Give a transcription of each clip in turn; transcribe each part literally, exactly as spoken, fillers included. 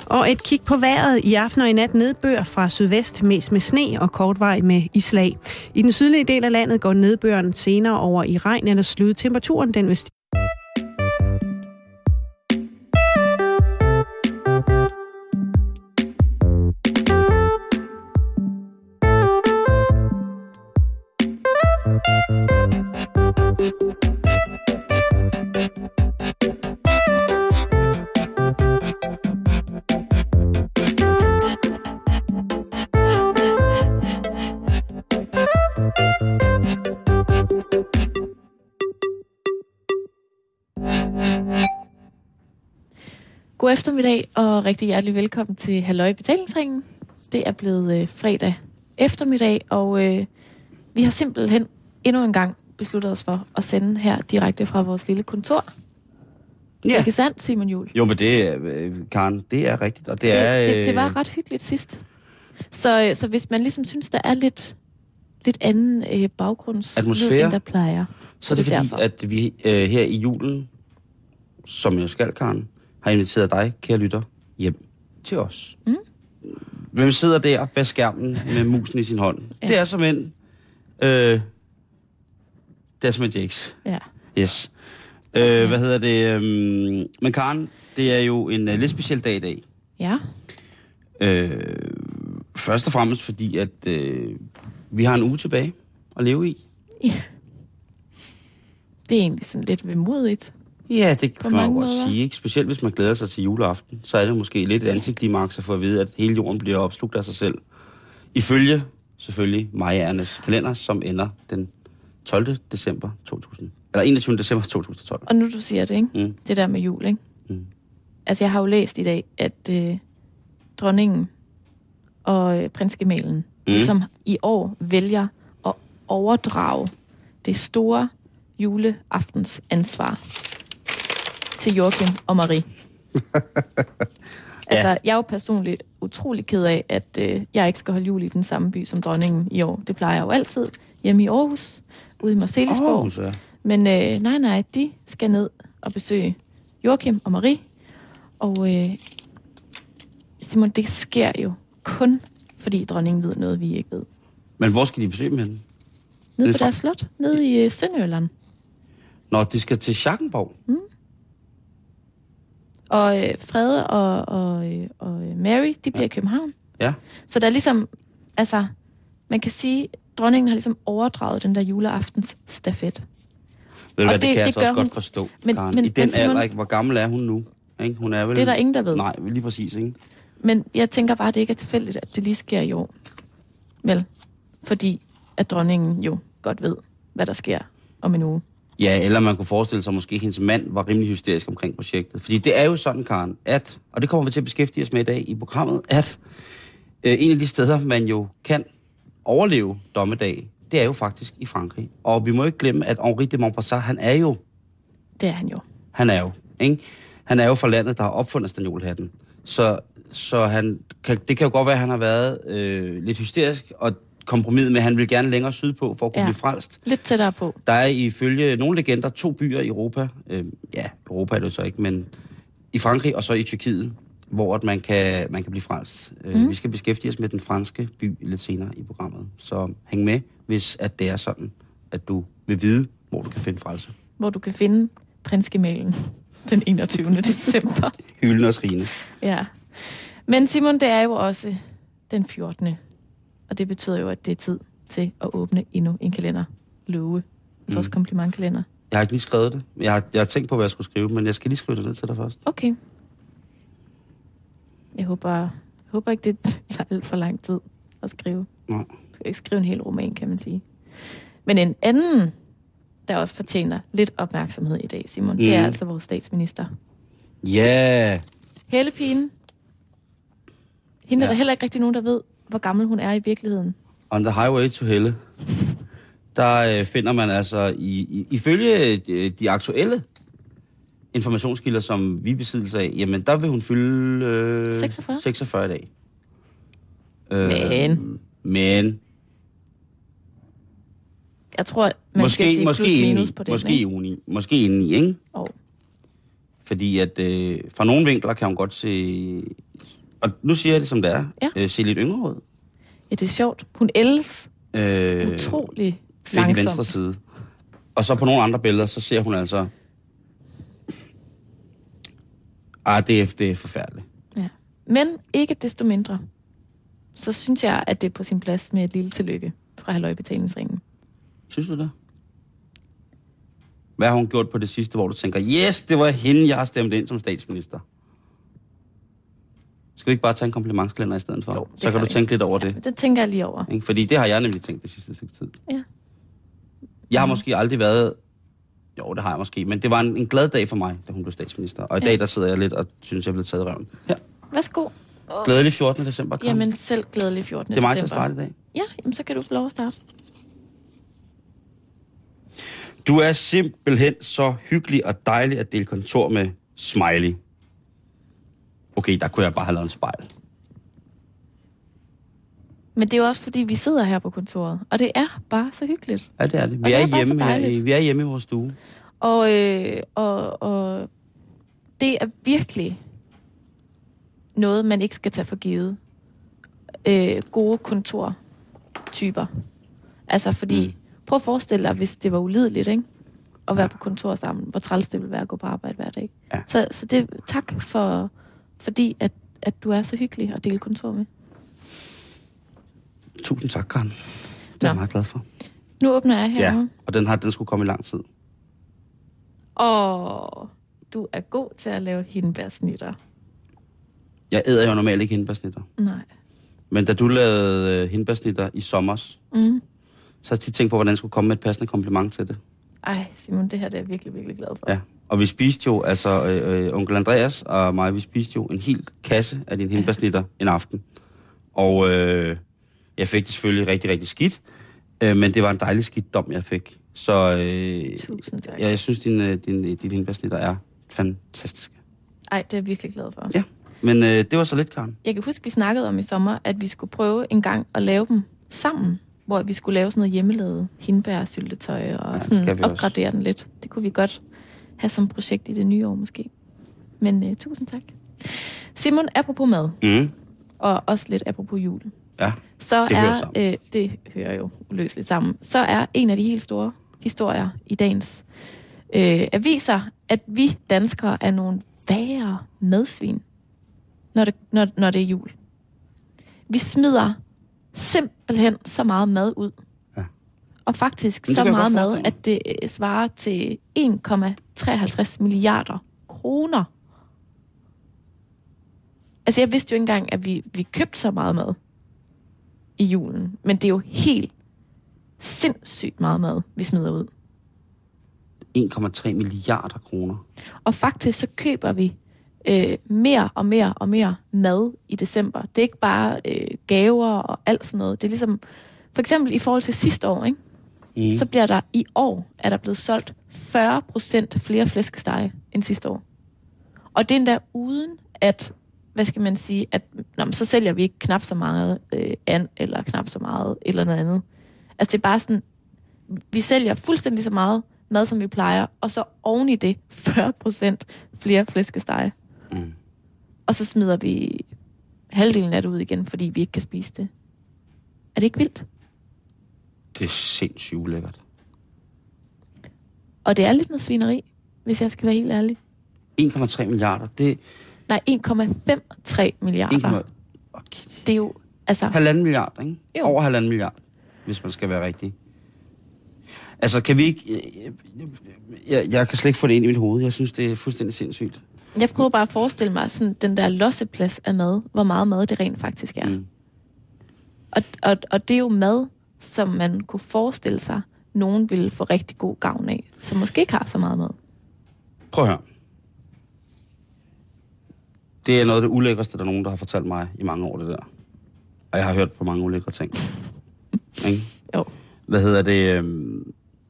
Og et kig på vejret i aften og i nat nedbør fra sydvest, mest med sne og kortvarig med islag. I den sydlige del af landet går nedbøren senere over i regn eller slud. Temperaturen den vil stige. God eftermiddag og rigtig hjertelig velkommen til Halløj Betalingsringen. Det er blevet øh, fredag eftermiddag, og øh, vi har simpelthen endnu en gang besluttet os for at sende her direkte fra vores lille kontor. Ja. Ikke sandt, Simon Juhl? Jo, men det er, øh, Karen, det er rigtigt, og det, det er... Øh... Det, det var ret hyggeligt sidst. Så, så hvis man ligesom synes, der er lidt, lidt anden øh, baggrundslyd, end der plejer, så er det, det fordi, derfor. at vi øh, her i julen, som jeg skal, Karen, har inviteret dig, kære lytter, hjem til os. Mm. Hvem sidder der bag skærmen med musen i sin hånd? Ja. Det er simpelthen... Øh, det er simpelthen Jakes. Ja. Yes. Øh, ja. Hvad hedder det? Øh, men Karen, det er jo en uh, lidt speciel dag i dag. Ja. Øh, først og fremmest fordi, at øh, vi har en uge tilbage at leve i. Ja. Det er egentlig sådan lidt vemodigt. Ja, det kan man jo godt sige. Ikke? Specielt hvis man glæder sig til juleaften, så er det måske lidt et antiklimaks at få at vide, at hele jorden bliver opslugt af sig selv. Ifølge, selvfølgelig, Majernes kalender, som ender den tolvte december to tusind. Eller enogtyvende december to tusind og tolv. Og nu du siger det, ikke? Mm. Det der med jul, ikke? Mm. Altså, jeg har jo læst i dag, at øh, dronningen og øh, prinsgemalen, mm. som i år vælger at overdrage det store juleaftens ansvar til Joachim og Marie. Altså, ja. Jeg er jo personligt utrolig ked af, at øh, jeg ikke skal holde jul i den samme by som dronningen i år. Det plejer jeg jo altid. Hjemme i Aarhus, ude i Marselisborg. Aarhus, ja. Men øh, nej, nej, de skal ned og besøge Joachim og Marie. Og øh, Simon, det sker jo kun, fordi dronningen ved noget, vi ikke ved. Men hvor skal de besøge dem henne? Nede på deres slot, nede i øh, Sønderjylland. Nå, de skal til Schackenborg. Mm. Og øh, Frede og, og, øh, og Mary, de bliver ja. i København. Ja. Så der er ligesom, altså, man kan sige, dronningen har ligesom overdraget den der juleaftens stafet. Ved du hvad, det, det kan jeg så også hun... godt forstå, men, Karen. Men, I den Simon... alder, ikke? Hvor gammel er hun nu? Ikke? Hun er vel... Det er der ingen, der ved. Nej, lige præcis, ikke? Men jeg tænker bare, at det ikke er tilfældigt, at det lige sker i år. Vel? Fordi at dronningen jo godt ved, hvad der sker om en uge. Ja, eller man kunne forestille sig, at måske hendes mand var rimelig hysterisk omkring projektet. Fordi det er jo sådan, Karen, at, og det kommer vi til at beskæftige os med i dag i programmet, at øh, en af de steder, man jo kan overleve dommedag, det er jo faktisk i Frankrig. Og vi må ikke glemme, at Henri de Montpassat, han er jo... Det er han jo. Han er jo, ikke? Han er jo fra landet, der har opfundet stanniolhatten. Så, så han, kan, det kan jo godt være, at han har været øh, lidt hysterisk, og kompromis med, at han vil gerne længere sydpå for at kunne ja, blive frelst. Lidt tættere på. Der er ifølge nogle legender to byer i Europa. Øh, ja, Europa er det så ikke, men i Frankrig og så i Tyrkiet, hvor at man, kan, man kan blive frelst. Mm. Øh, vi skal beskæftige os med den franske by lidt senere i programmet. Så hæng med, hvis at det er sådan, at du vil vide, hvor du kan finde frelse. Hvor du kan finde prinsgemalen den enogtyvende december. Hylden og skrigende. Ja. Men Simon, det er jo også den fjortende Og det betyder jo, at det er tid til at åbne endnu en kalender. Løve. Vores mm. komplimentkalender. Jeg har ikke lige skrevet det. Jeg har, jeg har tænkt på, hvad jeg skulle skrive, men jeg skal lige skrive det ned til dig først. Okay. Jeg håber, jeg håber ikke, det tager alt for lang tid at skrive. Nej. Du skal ikke skrive en hel roman, kan man sige. Men en anden, der også fortjener lidt opmærksomhed i dag, Simon, mm. det er altså vores statsminister. Ja! Yeah. Helle Pine. Hende ja. Er der heller ikke rigtig nogen, der ved, hvor gammel hun er i virkeligheden. On the highway to Helle, der øh, finder man altså, i, i, ifølge de, de aktuelle informationskilder, som vi besidder af, jamen der vil hun fylde øh, seksogfyrre. seksogfyrre i dag. Øh, men... Men... Jeg tror, man måske, skal sige måske plus minus på det. Måske uni, måske inden i, ikke? Oh. Fordi at øh, fra nogle vinkler kan hun godt se Og nu siger jeg det, som det er. Ja. Øh, se lidt yngre ud. Ja, det er sjovt. Hun ældes Øh, utrolig fik i langsomt. venstre side. Og så på nogle andre billeder, så ser hun altså... Ah, det er, det er forfærdeligt. Ja. Men ikke desto mindre, så synes jeg, at det er på sin plads med et lille tillykke fra Halløj-betalingsringen. Synes du det? Hvad har hun gjort på det sidste, hvor du tænker, yes, det var hende, jeg har stemt ind som statsminister? Skal vi ikke bare tage en komplimentskalender i stedet for? Jo, så kan du tænke lidt over ja, det. Det tænker jeg lige over. Ikke? Fordi det har jeg nemlig tænkt det sidste stykke tid. Ja. Jeg har måske aldrig været... Jo, det har jeg måske. Men det var en, en glad dag for mig, da hun blev statsminister. Og i ja. dag, der sidder jeg lidt og synes, jeg er blevet taget i røven. Ja. Værsgo. Glædelig fjortende december. Kom. Jamen, selv glædelig fjortende Det er mig december. til at starte i dag. Ja, jamen, så kan du få lov at starte. Du er simpelthen så hyggelig og dejlig at dele kontor med Smiley. Okay, der kunne jeg bare have lavet en spejl. Men det er jo også, fordi vi sidder her på kontoret, og det er bare så hyggeligt. Ja, det er det. Vi, det er, er bare hjemme så her, dejligt. vi er hjemme i vores stue. Og, øh, og, og det er virkelig noget, man ikke skal tage for givet. Øh, gode kontortyper. Altså, fordi... Mm. Prøv at forestille dig, hvis det var ulideligt, ikke? At være ja. på kontor sammen. Hvor træls det ville være at gå på arbejde hver dag. Ja. Så, så det tak for, fordi, at, at du er så hyggelig at dele kontor med. Tusind tak, Karen. Det er jeg meget glad for. Nu åbner jeg her. Ja, og den, har, den skulle komme i lang tid. Åh, du er god til at lave hindbærsnitter. Jeg æder jo normalt ikke hindbærsnitter. Nej. Men da du lavede uh, hindbærsnitter i sommers, Mm. så har jeg tit tænkt på, hvordan jeg skulle komme med et passende kompliment til det. Ej, Simon, det her det er jeg virkelig, virkelig glad for. Ja, og vi spiste jo, altså øh, øh, onkel Andreas og mig, vi spiste jo en hel kasse af dine hindbærsnitter en aften. Og øh, jeg fik det selvfølgelig rigtig, rigtig skidt, øh, men det var en dejlig skidt dom, jeg fik. Så øh, Tusind tak. ja, jeg synes, dine, dine, dine hindbærsnitter er fantastiske. Ej, det er jeg virkelig glad for. Ja, men øh, det var så lidt, Karen. Jeg kan huske, vi snakkede om i sommer, at vi skulle prøve en gang at lave dem sammen, hvor vi skulle lave sådan noget hjemmelavet hindbærsyltetøj og Ja, sådan opgradere den lidt. Det kunne vi godt have som projekt i det nye år måske. Men uh, tusind tak. Simon, apropos mad, Mm. og også lidt apropos jul, Ja, så det hører er, sammen. øh, det hører jo uløseligt sammen, så er en af de helt store historier i dagens øh, aviser, at vi danskere er nogle værre madsvin, når det, når, når det er jul. Vi smider simpelthen så meget mad ud. Ja. Og faktisk Men så kan jeg meget godt mad, forestille mig. at det øh, svarer til en komma treoghalvtreds milliarder kroner. Altså jeg vidste jo ikke engang, at vi, vi købte så meget mad i julen. Men det er jo helt sindssygt meget mad, vi smider ud. en komma tre milliarder kroner. Og faktisk så køber vi øh, mere og mere og mere mad i december. Det er ikke bare øh, gaver og alt sådan noget. Det er ligesom, for eksempel i forhold til sidste år, ikke? Mm. Så bliver der i år, er der blevet solgt fyrre procent flere flæskestege end sidste år. Og det er endda uden at, hvad skal man sige, at nå, men så sælger vi ikke knap så meget øh, and, eller knap så meget eller noget andet. Altså det er bare sådan, vi sælger fuldstændig så meget mad, som vi plejer, og så oven i det fyrre procent flere flæskestege. Mm. Og så smider vi halvdelen af det ud igen, fordi vi ikke kan spise det. Er det ikke vildt? Det er sindssygt ulækkert. Og det er lidt noget svineri, hvis jeg skal være helt ærlig. en komma tre milliarder, det Nej, en komma femogtres milliarder. er okay. Det er jo, altså... halvanden milliard, ikke? Jo. Over halvanden milliard, hvis man skal være rigtig. Altså, kan vi ikke... Jeg, jeg kan slet ikke få det ind i mit hoved. Jeg synes, det er fuldstændig sindssygt. Jeg prøver bare at forestille mig sådan den der losseplads af mad, hvor meget mad det rent faktisk er. Mm. Og, og, og det er jo mad, som man kunne forestille sig, nogen ville få rigtig god gavn af, som måske ikke har så meget mad. Prøv at høre. Det er noget af det ulækreste, der er nogen, der har fortalt mig i mange år, det der. Og jeg har hørt på mange ulækre ting. Ikke? Jo. Hvad hedder det? Øh,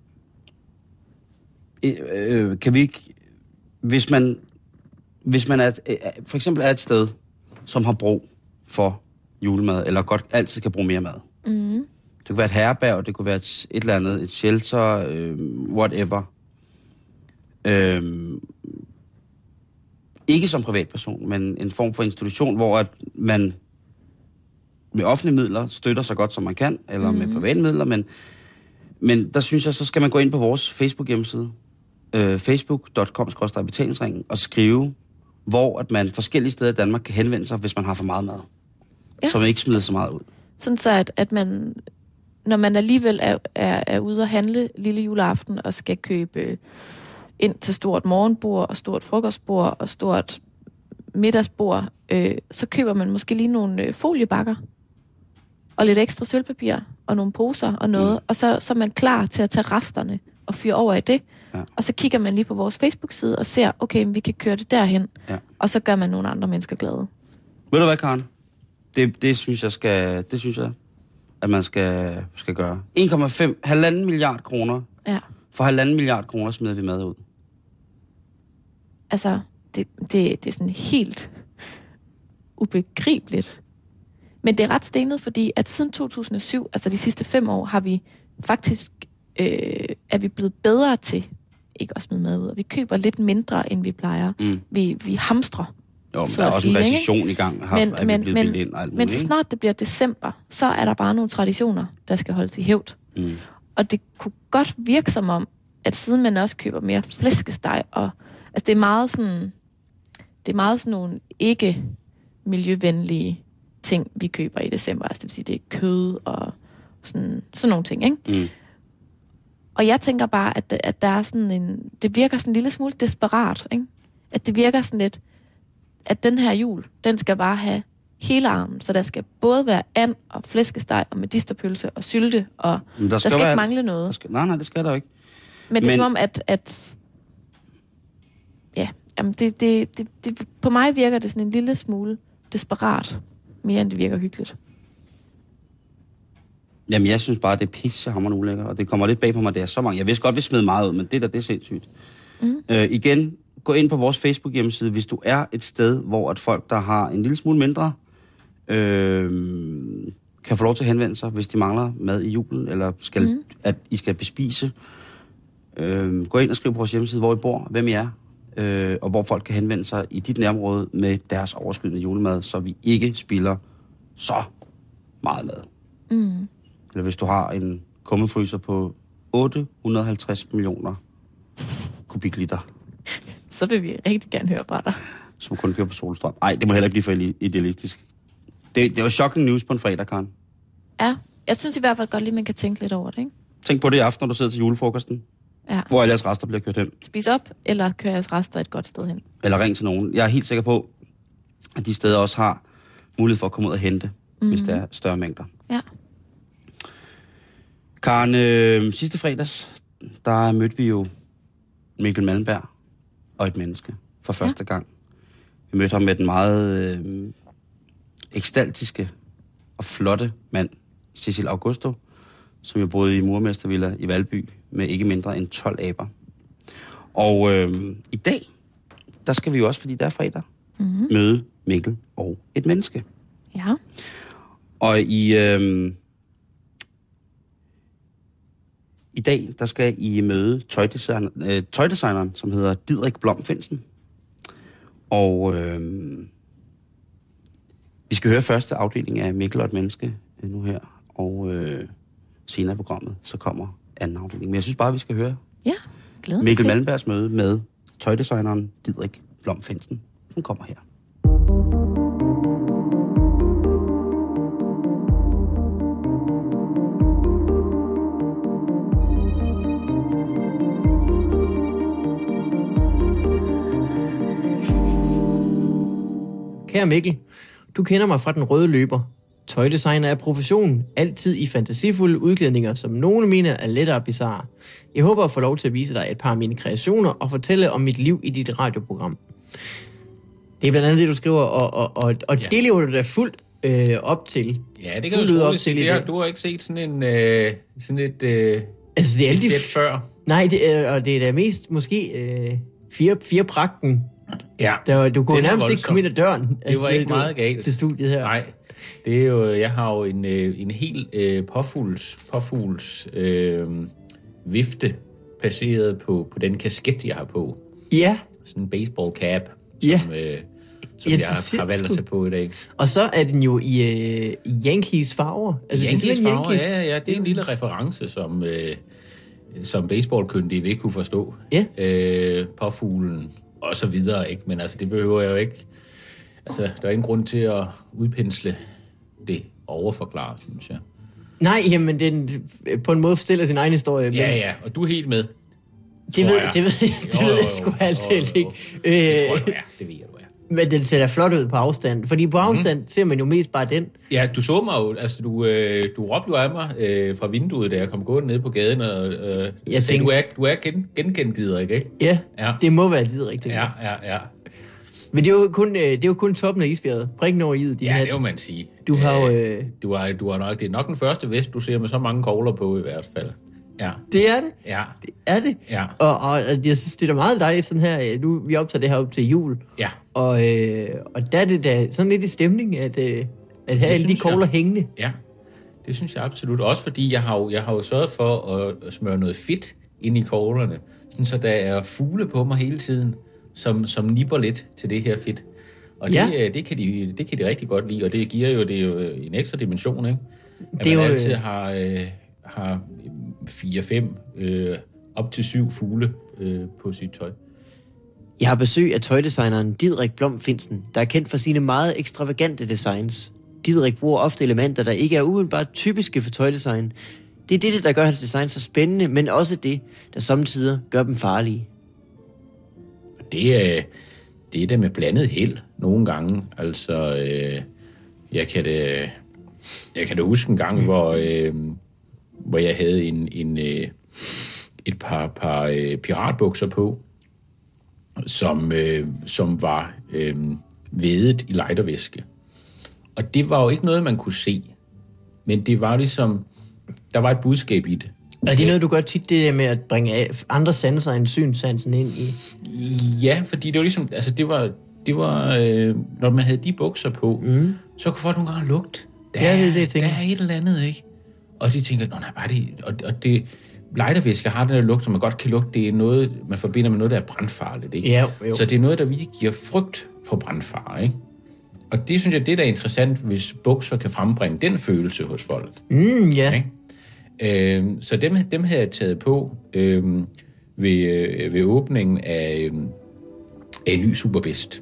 øh, kan vi ikke... Hvis man, hvis man er, et, øh, for eksempel er et sted, som har brug for julemad, eller godt altid kan bruge mere mad. Mm. Det kunne være et herberg, det kunne være et, et eller andet, et shelter, øh, whatever. Øh, ikke som privatperson, men en form for institution, hvor at man med offentlige midler støtter så godt, som man kan, eller mm-hmm. med private midler, men, men der synes jeg, så skal man gå ind på vores Facebook-hjemmeside, øh, facebook punktum com skråstreg betalingsringen, og skrive, hvor at man forskellige steder i Danmark kan henvende sig, hvis man har for meget mad. Ja. Så man ikke smider så meget ud. Sådan så, at, at man, når man alligevel er, er, er ude at handle lille juleaften, og skal købe ind til stort morgenbord, og stort frokostbord, og stort middagsbord, øh, så køber man måske lige nogle øh, foliebakker, og lidt ekstra sølvpapir, og nogle poser og noget, mm. og så, så er man klar til at tage resterne og fyre over i det. Ja. Og så kigger man lige på vores Facebook-side og ser, okay, vi kan køre det derhen, ja. Og så gør man nogle andre mennesker glade. Ved du hvad, Karen? Det, det synes jeg skal, det synes jeg, at man skal, skal gøre. en komma fem, halvanden milliard kroner. Ja. For halvanden milliard kroner smider vi mad ud. Altså, det, det, det er sådan helt ubegribeligt. Men det er ret stenet, fordi at siden to tusind og syv, altså de sidste fem år, har vi faktisk, øh, er vi blevet bedre til ikke at smide mad ud. Vi køber lidt mindre, end vi plejer. Mm. Vi, vi hamstrer. Jo, men der er også sige, en recession ikke? I gang, har, men, er vi men, blevet men, ind og alt men så snart det bliver december, så er der bare nogle traditioner, der skal holdes i hævd. Mm. Og det kunne godt virke som om, at siden man også køber mere flæskesteg, og altså det er meget sådan, det er meget sådan nogle ikke miljøvenlige ting, vi køber i december. Altså det vil sige, det er kød og sådan, sådan nogle ting, ikke? Mm. Og jeg tænker bare, at, at der er sådan en, det virker sådan en lille smule desperat, ikke? At det virker sådan lidt, at den her jul, den skal bare have hele armen, så der skal både være and og flæskesteg og medisterpølse og sylte, og der skal, der skal være, ikke mangle noget. Skal, nej, nej, det skal der jo ikke. Men det er Men, som om, at, at ja, jamen det, det, det, det, på mig virker det sådan en lille smule desperat, mere end det virker hyggeligt. Jamen, jeg synes bare, det er pissehammerende ulækkert, og det kommer lidt bag på mig, det er så mange. Jeg vidste godt, vi smed meget ud, men det der, det er sindssygt. Mm. Øh, igen, gå ind på vores Facebook-hjemmeside, hvis du er et sted, hvor at folk, der har en lille smule mindre, øh, kan få lov til at henvende sig, hvis de mangler mad i julen, eller skal, mm. at I skal bespise. Øh, gå ind og skriv på vores hjemmeside, hvor I bor, hvem I er, øh, og hvor folk kan henvende sig i dit nærområde med deres overskydende julemad, så vi ikke spilder så meget mad. Mm. Eller hvis du har en kummefryser på otte hundrede og halvtreds millioner kubikliter. Så vil vi rigtig gerne høre fra dig. Som kun kører på solstrøm. Nej, det må heller ikke blive for idealistisk. Det, det var shocking news på en fredag, Karen. Ja, jeg synes i hvert fald godt lige, man kan tænke lidt over det, ikke? Tænk på det i aften, når du sidder til julefrokosten. Ja. Hvor alle jeres rester bliver kørt hen. Spis op, eller kør jeres rester et godt sted hen. Eller ring til nogen. Jeg er helt sikker på, at de steder også har mulighed for at komme ud og hente, mm-hmm. hvis der er større mængder. Ja. Karen, øh, sidste fredags, der mødte vi jo Mikkel Malmberg og et menneske for første ja. gang. Vi mødte ham med den meget øh, ekstaltiske og flotte mand, Cecil Augusto, som jo boede i Murmestervilla i Valby med ikke mindre end tolv aber. Og øh, i dag, der skal vi jo også, fordi der er fredag, mm-hmm. møde Mikkel og et menneske. Ja. Og i... Øh, I dag, der skal I møde tøjdesigner, øh, tøjdesigneren, som hedder Didrik Blom Finsen. Og øh, vi skal høre første afdeling af Mikkel og et menneske øh, nu her. Og øh, senere i programmet, så kommer anden afdeling. Men jeg synes bare, vi skal høre ja, glæder Mikkel til. Malmbergs møde med tøjdesigneren Didrik Blom Finsen. Hun kommer her. Kære Mikkel, du kender mig fra Den Røde Løber. Tøjdesigner er profession, altid i fantasifulde udklædninger, som nogle mener er lettere bizarre. Jeg håber at få lov til at vise dig et par af mine kreationer og fortælle om mit liv i dit radioprogram. Det er blandt andet det, du skriver, og, og, og, og ja. det lever du da fuldt øh, op til. Ja, det kan du tro, til. Det har, du har ikke set sådan, en, øh, sådan et øh, altså, det er altid sæt før. Nej, det er, og det er da mest måske øh, fire, fire pragten. Ja, der, du kunne nærmest ikke komme ind ad døren. Det var altså, ikke meget galt. Til studiet her. Nej, det er jo, jeg har jo en, en helt øh, påfugls, påfugls øh, vifte baseret på, på den kasket, jeg har på. Ja. Sådan en baseball cap. ja. som, øh, som ja, jeg har valgt at tage på i dag. Og så er den jo i øh, Yankees farver. Altså, Yankees farver, Yankees. ja, ja. Det er en lille reference, som, øh, som baseballkyndige vil kunne forstå. Ja. Øh, påfuglen og så videre, ikke? Men altså, det behøver jeg jo ikke. Altså, der er ingen grund til at udpensle det og overforklare, synes jeg. Nej, jamen, den på en måde fortæller sin egen historie. Ja, ja, og du er helt med. Det ved, det ved, det jo, ved jeg sgu altid ikke. Øh, det tror jeg, du er. Det ved jeg, du er. Men den ser da flot ud på afstand. Fordi på afstand mm. ser man jo mest bare den. Ja, du så mig jo. Altså, du, øh, du råbte jo af mig øh, fra vinduet, da jeg kom gående ned på gaden. Og, øh, jeg tænkte, du er, du er gen, genkendt Didrik, ikke? Ja, ja, det må være Didrik. Ja, ja, ja. Men det er jo kun, det er jo kun toppen af isbjerget. Prikken over i'et. De ja, det må man sige. Du har jo... Øh... Du er, du er nok, det er nok den første vest, du ser med så mange kogler på i hvert fald. Ja. Det er det? Ja. Det er det? Ja. Og, og jeg synes, det er da meget dejligt sådan her. Nu, vi optager det her op til jul. Ja. Og, øh, og der er det da sådan lidt i stemning, at, øh, at have alle de kogler jeg. hængende. Ja, det synes jeg absolut. Også fordi jeg har jo, jeg har jo sørget for at smøre noget fedt ind i koglerne, sådan så der er fugle på mig hele tiden, som, som nipper lidt til det her fedt. Og det, ja. det, kan de, det kan de rigtig godt lide, og det giver jo, det er jo en ekstra dimension, ikke? At det man jo, altid har, øh, har fire, fem, øh, op til syv fugle øh, på sit tøj. Jeg har besøg af tøjdesigneren Didrik Blom Finsen, der er kendt for sine meget ekstravagante designs. Didrik bruger ofte elementer, der ikke er umiddelbart typiske for tøjdesign. Det er det, der gør hans design så spændende, men også det, der samtidig gør dem farlige. Det er, det er det med blandet held nogle gange. Altså, øh, jeg kan det, jeg kan da huske en gang, hvor, øh, hvor jeg havde en, en, øh, et par, par øh, piratbukser på, som, øh, som var øh, vædet i lightervæske. Og det var jo ikke noget, man kunne se. Men det var ligesom, der var et budskab i det. Er det noget, du gør tit, det der med at bringe andre sanser end synssansen ind i? Ja, fordi det var ligesom, altså det var, det var øh, når man havde de bukser på, mm. så kunne folk nogle gange lugte. Der, ja, det er det, der er et eller andet, ikke? Og de tænker, nå nej, bare det, og, og det, lightervæske har den der lugt, som man godt kan lugte, det er noget, man forbinder med noget, der er brandfarligt, ikke? Ja, jo. Så det er noget, der virkelig giver frygt for brandfare, ikke? Og det synes jeg, det er da interessant, hvis bukser kan frembringe den følelse hos folk. Mm, ja. Okay? Øh, så dem, dem havde jeg taget på øh, ved, øh, ved åbningen af, øh, af en ny Superbest.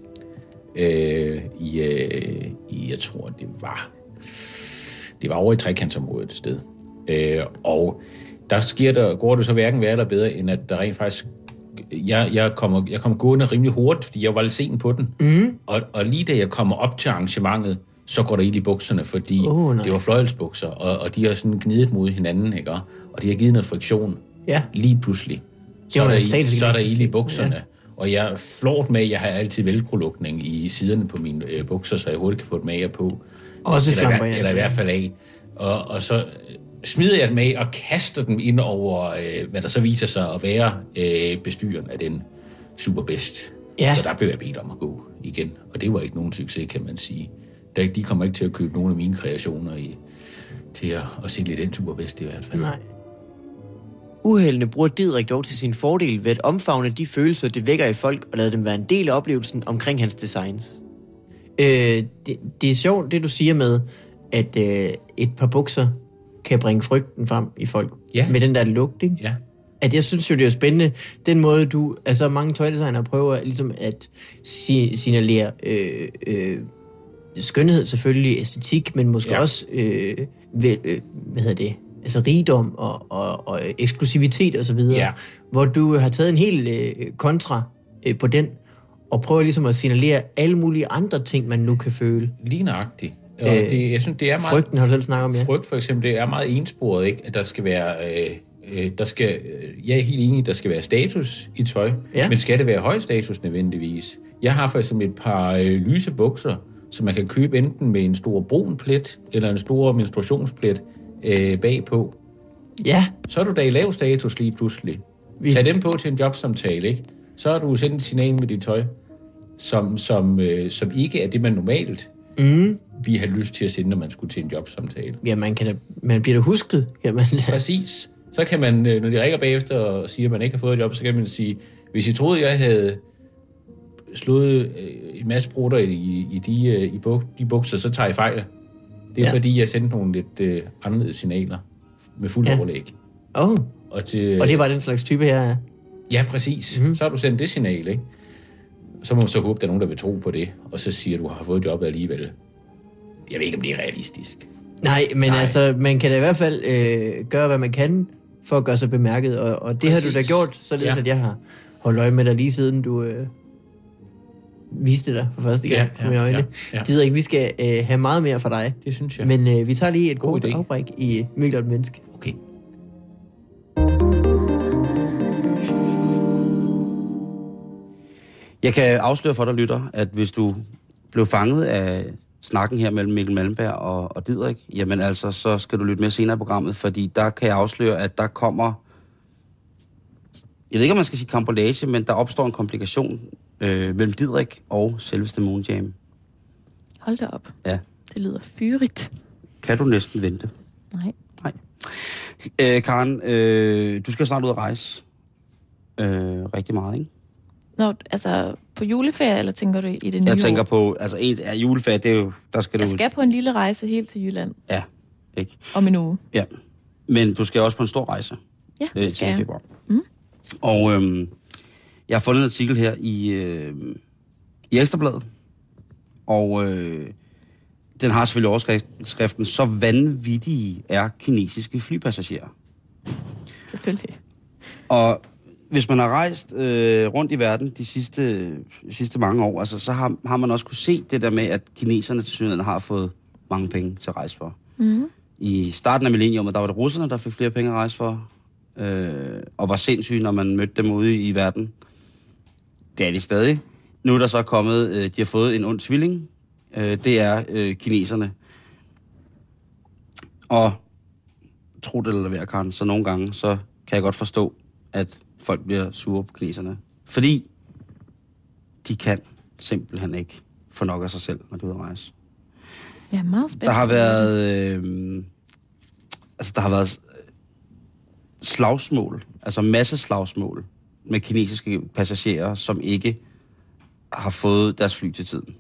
Øh, i, øh, i, jeg tror, det var, det var over i trekantsområdet et sted. Øh, og der sker der, går det så hverken værre eller bedre, end at der rent faktisk, jeg, jeg, kommer, jeg kommer gående rimelig hurtigt, fordi jeg var lidt sen på den. Mm. Og, og lige da jeg kommer op til arrangementet, så går der ild i bukserne, fordi oh, det var fløjelsbukser, og, og de har sådan gnidet mod hinanden, ikke? Og de har givet noget friktion. Ja. Lige pludselig. Så er, der, i, så er der ild i bukserne. Ja. Og jeg er flot med, jeg har altid velcro-lukning i siderne på mine øh, bukser, så jeg hurtigt kan få et mager på. Også eller, flamboyant. Eller i hvert fald af. Og, og så smider jeg dem af og kaster dem ind over, øh, hvad der så viser sig at være øh, bestyren af den Superbest. Ja. Så der blev jeg bedt om at gå igen. Og det var ikke nogen succes, kan man sige. De kommer ikke til at købe nogle af mine kreationer i, til at, at sælge den Superbest i hvert fald. Nej. Uheldene bruger Didrik dog til sin fordel ved at omfavne de følelser, det vækker i folk, og lade dem være en del af oplevelsen omkring hans designs. Øh, det, det er sjovt, det du siger med, at øh, et par bukser kan bringe frygten frem i folk. Ja. Med den der lugt, ikke? Ja. At jeg synes jo, det er spændende, den måde du, altså mange tøjdesignere prøver ligesom at si- signalere øh, øh, skønhed selvfølgelig, æstetik, men måske ja. også øh, ved, øh, hvad hedder det, altså rigdom og, og, og eksklusivitet og så videre, ja. Hvor du har taget en hel øh, kontra øh, på den, og prøver ligesom at signalere alle mulige andre ting, man nu kan føle. Lige nøjagtigt. Og øh, det, jeg synes, det er meget, frygten har du selv snakket om, ja. Frygt for eksempel, det er meget ensporet, ikke? At der skal være, øh, øh, der skal, øh, jeg er helt enig, der skal være status i tøj, ja. Men skal det være høj status nødvendigvis? Jeg har for eksempel et par øh, lyse bukser, som man kan købe enten med en stor brun plet, eller en stor menstruationsplet øh, bagpå. Ja. Så er du da i lav status lige pludselig. Tag dem på til en jobsamtale, ikke? Så har du sendt et signal med dit tøj, som, som, øh, som ikke er det, man normalt mm. vi har lyst til at sende, når man skulle til en jobsamtale. Ja, man, kan da, man bliver da husket, kan man. Præcis. Så kan man, når de ringer bagefter og siger, at man ikke har fået et job, så kan man sige, hvis I troede, jeg havde slået øh, en masse brutter i, i, de, øh, i buk, de bukser, så tager I fejl. Det er ja. fordi, jeg sendte nogle lidt øh, anderledes signaler med fuld ja. overlæg. Oh. Og, til, og det var den slags type her? Ja, præcis. Mm-hmm. Så har du sendt det signal, ikke? Så må man så håbe, der er nogen, der vil tro på det, og så siger du, har fået jobbet alligevel. Jeg ved ikke, om det er realistisk. Nej, men Nej. altså, man kan da i hvert fald øh, gøre, hvad man kan, for at gøre sig bemærket, og, og det Præcis. har du da gjort, således ja. at jeg har holdt øje med dig lige siden du øh, viste dig for første gang ja, ja, med øjne. Ja, ja. Det ikke, vi skal øh, have meget mere fra dig. Det synes jeg. Men øh, vi tager lige et God kort afbræk i Mikkel og et menneske. Okay. Jeg kan afsløre for dig, lytter, at hvis du blev fanget af snakken her mellem Mikkel Malmberg og, og Didrik, jamen altså, så skal du lytte med senere i programmet, fordi der kan jeg afsløre, at der kommer, jeg ved ikke, om man skal sige kampolage, men der opstår en komplikation øh, mellem Didrik og selveste Moonjam. Hold da op. Ja. Det lyder fyrigt. Kan du næsten vente? Nej. Nej. Øh, Karen, øh, du skal snart ud at rejse øh, rigtig meget, ikke? Nå, altså på juleferie, eller tænker du i det nye Jeg tænker år? på, altså en ja, juleferie, det er jo, der skal jeg du... Jeg skal på en lille rejse helt til Jylland. Ja, ikke? Om en uge. Ja, men du skal også på en stor rejse. Ja, øh, det skal jeg. februar. Mm. Og øhm, jeg har fundet en artikel her i, øh, i Ekstrabladet, og øh, den har selvfølgelig overskriften, så vanvittige er kinesiske flypassagerer. Selvfølgelig. Og hvis man har rejst øh, rundt i verden de sidste, sidste mange år, altså, så har, har man også kunne se det der med, at kineserne til synligheden har fået mange penge til at rejse for. Mm. I starten af millenniumet, der var det russerne, der fik flere penge at rejse for, øh, og var sindssyge, når man mødte dem ude i, i verden. Det er de stadig. Nu er der så kommet, øh, de har fået en ond tvilling. Øh, det er øh, kineserne. Og tro det eller være, Karen, så nogle gange, så kan jeg godt forstå, at folk bliver sure på kineserne. Fordi de kan simpelthen ikke få nok af sig selv, når de er ude at rejse. Ja, meget spændende. Der har været... Øh, altså, der har været slagsmål, altså masse slagsmål med kinesiske passagerer, som ikke har fået deres fly til tiden.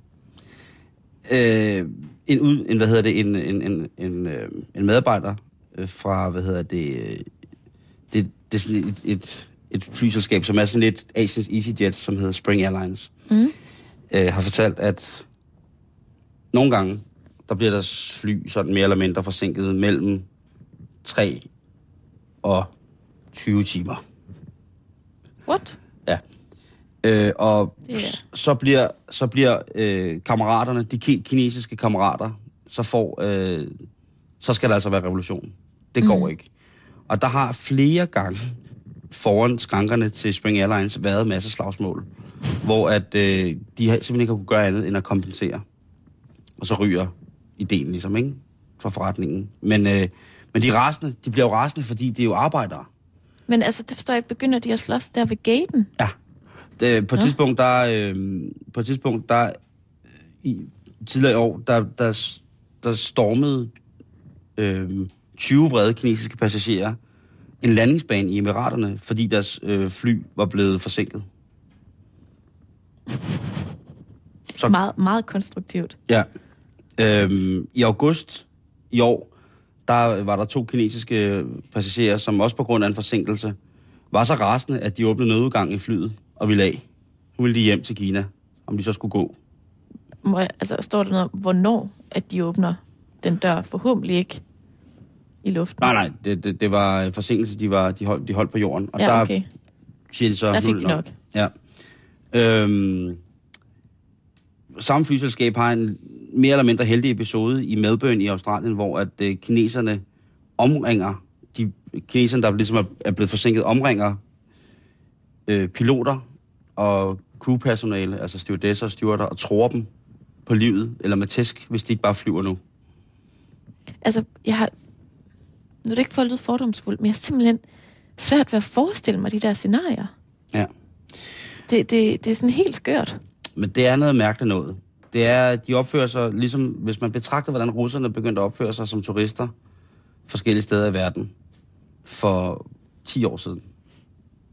Øh, en, ud, en, hvad hedder det, en, en, en, en, en medarbejder fra, hvad hedder det, det, det er sådan et, et, et flyselskab, som er sådan lidt Asians EasyJet, som hedder Spring Airlines, mm. øh, har fortalt, at nogle gange, der bliver deres fly sådan mere eller mindre forsinket mellem tre og tyve timer. What? Ja. Øh, og yeah. så bliver, så bliver øh, kammeraterne, de kinesiske kammerater, så får, øh, så skal der altså være revolution. Det går mm. ikke. Og der har flere gange foran skrankerne til Spring Airlines været masse slagsmål, hvor at øh, de simpelthen ikke har kunne gøre andet end at kompensere. Og så ryger ideen ligesom, ikke? For forretningen. Men, øh, men de rasende, de bliver jo rasende, fordi det er jo arbejdere. Men altså, det forstår jeg ikke, begynder de at slås der ved gaten? Ja. Det, på et ja. tidspunkt, der, øh, på et tidspunkt, der i tidligere år, der, der, der stormede øh, tyve vrede kinesiske passagerer en landingsbane i Emiraterne, fordi deres øh, fly var blevet forsinket. Så, meget, meget konstruktivt. Ja. Øhm, I august i år, der var der to kinesiske passagerer, som også på grund af en forsinkelse, var så rasende, at de åbnede nødudgang i flyet og ville af. Nu ville de hjem til Kina, om de så skulle gå. Må jeg, altså, står der noget om, hvornår at de åbner den dør? Forhåbentlig ikke i luften. Nej, nej, det, det, det var en forsinkelse, de, var, de, holdt, de holdt på jorden. Og ja, okay. Der, de så, der fik de nok. Ja. Øhm, samme flyselskab har en mere eller mindre heldig episode i Melbourne i Australien, hvor at øh, kineserne omringer, de kineserne, der ligesom er, er blevet forsinket, omringer øh, piloter og crewpersonale, altså stewardesser og stewarder, og tror dem på livet, eller med tæsk, hvis de ikke bare flyver nu. Altså, jeg har... Nu er det ikke for at lyde fordomsfuldt, men jeg har simpelthen svært ved at forestille mig de der scenarier. Ja. Det, det, det er sådan helt skørt. Men det er noget mærkeligt noget. Det er, at de opfører sig, ligesom hvis man betragter, hvordan russerne begyndte at opføre sig som turister forskellige steder i verden for ti år siden.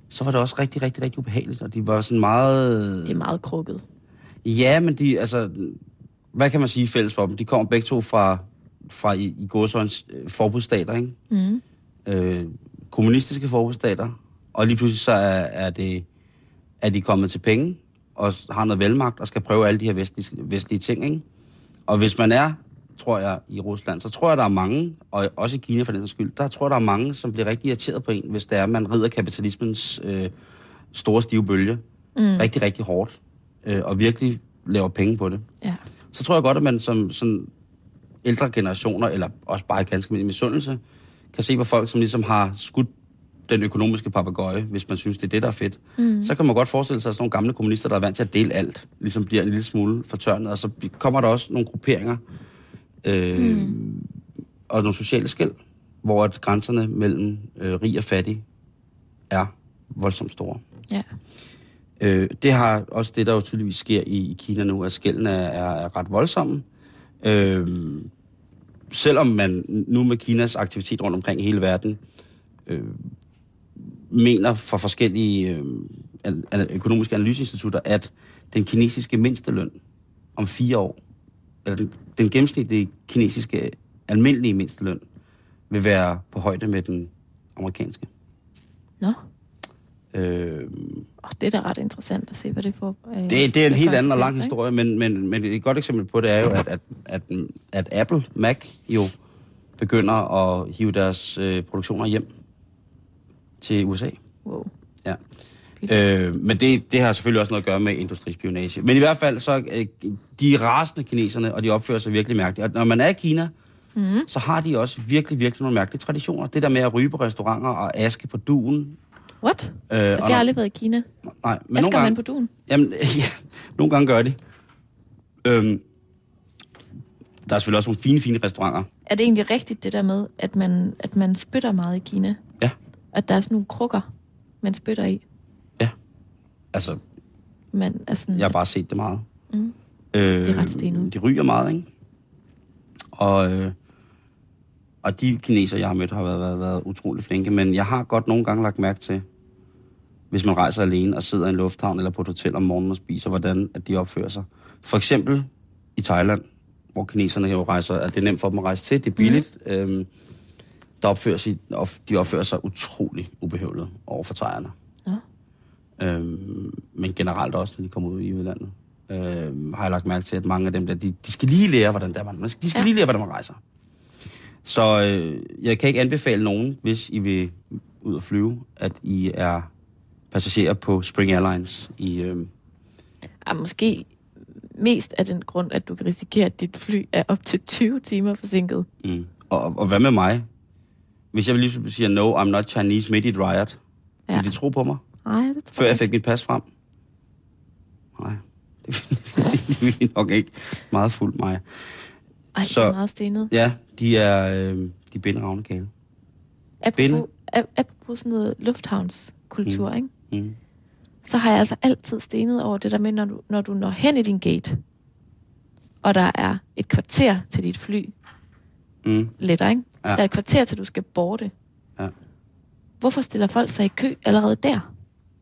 så var det også rigtig, rigtig, rigtig ubehageligt. Og de var sådan meget... Det er meget krukket. Ja, men de, altså... Hvad kan man sige fælles for dem? De kommer begge to fra, fra i, i gåsøjens øh, forbudsstater, ikke? Mm. Øh, kommunistiske forbudsstater. Og lige pludselig så er, er, det, er de kommet til penge, og har noget velmagt, og skal prøve alle de her vestlige, vestlige ting, ikke? Og hvis man er, tror jeg, i Rusland, så tror jeg, der er mange, og også i Kina for den sags skyld, der tror jeg, der er mange, som bliver rigtig irriteret på en, hvis det er, man rider kapitalismens øh, store stive bølge. Mm. Rigtig, rigtig hårdt. Øh, og virkelig laver penge på det. Ja. Så tror jeg godt, at man som sådan ældre generationer, eller også bare ganske med misundelse, kan se på folk, som ligesom har skudt den økonomiske papegøje, hvis man synes, det er det, der er fedt. Mm. Så kan man godt forestille sig, at sådan nogle gamle kommunister, der er vant til at dele alt, ligesom bliver en lille smule fortørnet, og så kommer der også nogle grupperinger øh, mm. og nogle sociale skel, hvor at grænserne mellem øh, rig og fattig er voldsomt store. Ja. Øh, det har også det, der jo tydeligvis sker i, i Kina nu, at skellene er, er, er ret voldsomme. Øh, selvom man nu med Kinas aktivitet rundt omkring i hele verden øh, mener fra forskellige øh, økonomiske analyseinstitutter, at den kinesiske mindsteløn om fire år, eller den, den gennemsnitlige kinesiske almindelige mindsteløn, vil være på højde med den amerikanske. Nå. Øh, oh, det er da ret interessant at se, hvad det får. Øh, det, det er en helt anden og lang ikke? historie, men, men, men et godt eksempel på det er jo, at, at, at, at Apple, Mac, jo begynder at hive deres øh, produktioner hjem til U S A. Wow. Ja. Øh, men det, det har selvfølgelig også noget at gøre med industrispionage. Men i hvert fald, så øh, de er rasende kineserne, og de opfører sig virkelig mærkeligt. Og når man er i Kina, mm. så har de også virkelig, virkelig nogle mærkelige traditioner. Det der med at ryge på restauranter og aske på duen. What? Øh, altså, jeg har aldrig været i Kina. Nej, men Asker nogle gange, man på duen? Jamen, ja, nogle gange gør de. Øhm, der er selvfølgelig også nogle fine, fine restauranter. Er det egentlig rigtigt, det der med, at man, at man spytter meget i Kina? Ja. At der er sådan nogle krukker, man spytter i? Ja. Altså, man, altså jeg har bare set det meget. Mm. Øh, det er ret stenet. De ryger meget, ikke? Og, øh, og de kineser, jeg har mødt, har været, været, været utrolig flinke. Men jeg har godt nogle gange lagt mærke til, hvis man rejser alene og sidder i en lufthavn eller på et hotel om morgenen og spiser, hvordan at de opfører sig. For eksempel i Thailand, hvor kineserne jo rejser, at det er nemt for dem at rejse til, det er billigt. Mm. Øhm, der opfører sig, de opfører sig utrolig ubehøvlet over for thaierne. Ja. Øhm, men generelt også, når de kommer ud i udlandet, øhm, har jeg lagt mærke til, at mange af dem der, de, de skal lige lære, hvordan der man, de skal ja. lige lære, hvordan man rejser. Så øh, jeg kan ikke anbefale nogen, hvis I vil ud og flyve, at I er passagerer på Spring Airlines i... Øh... Ja, måske mest af den grund, at du kan risikere, at dit fly er op til tyve timer forsinket. Mm. Og, og hvad med mig? Hvis jeg vil lige sige, no, I'm not Chinese midt i et riot, ja. Vil de tro på mig? Nej, det tror Før jeg fik mit pas frem? Nej, det vil de nok ikke. Meget fuldt mig. Ej, så, det er meget stenet. Ja, de er, øh, de er binderavne gale. Apropos, apropos sådan noget lufthavnskultur, mm. ikke? Mm. Så har jeg altså altid stenet over det der med, når du, når du når hen i din gate, og der er et kvarter til dit fly, mm. letter, ikke? Ja. Der er et kvarter til, du skal boarde. Ja. Hvorfor stiller folk sig i kø allerede der? Jamen,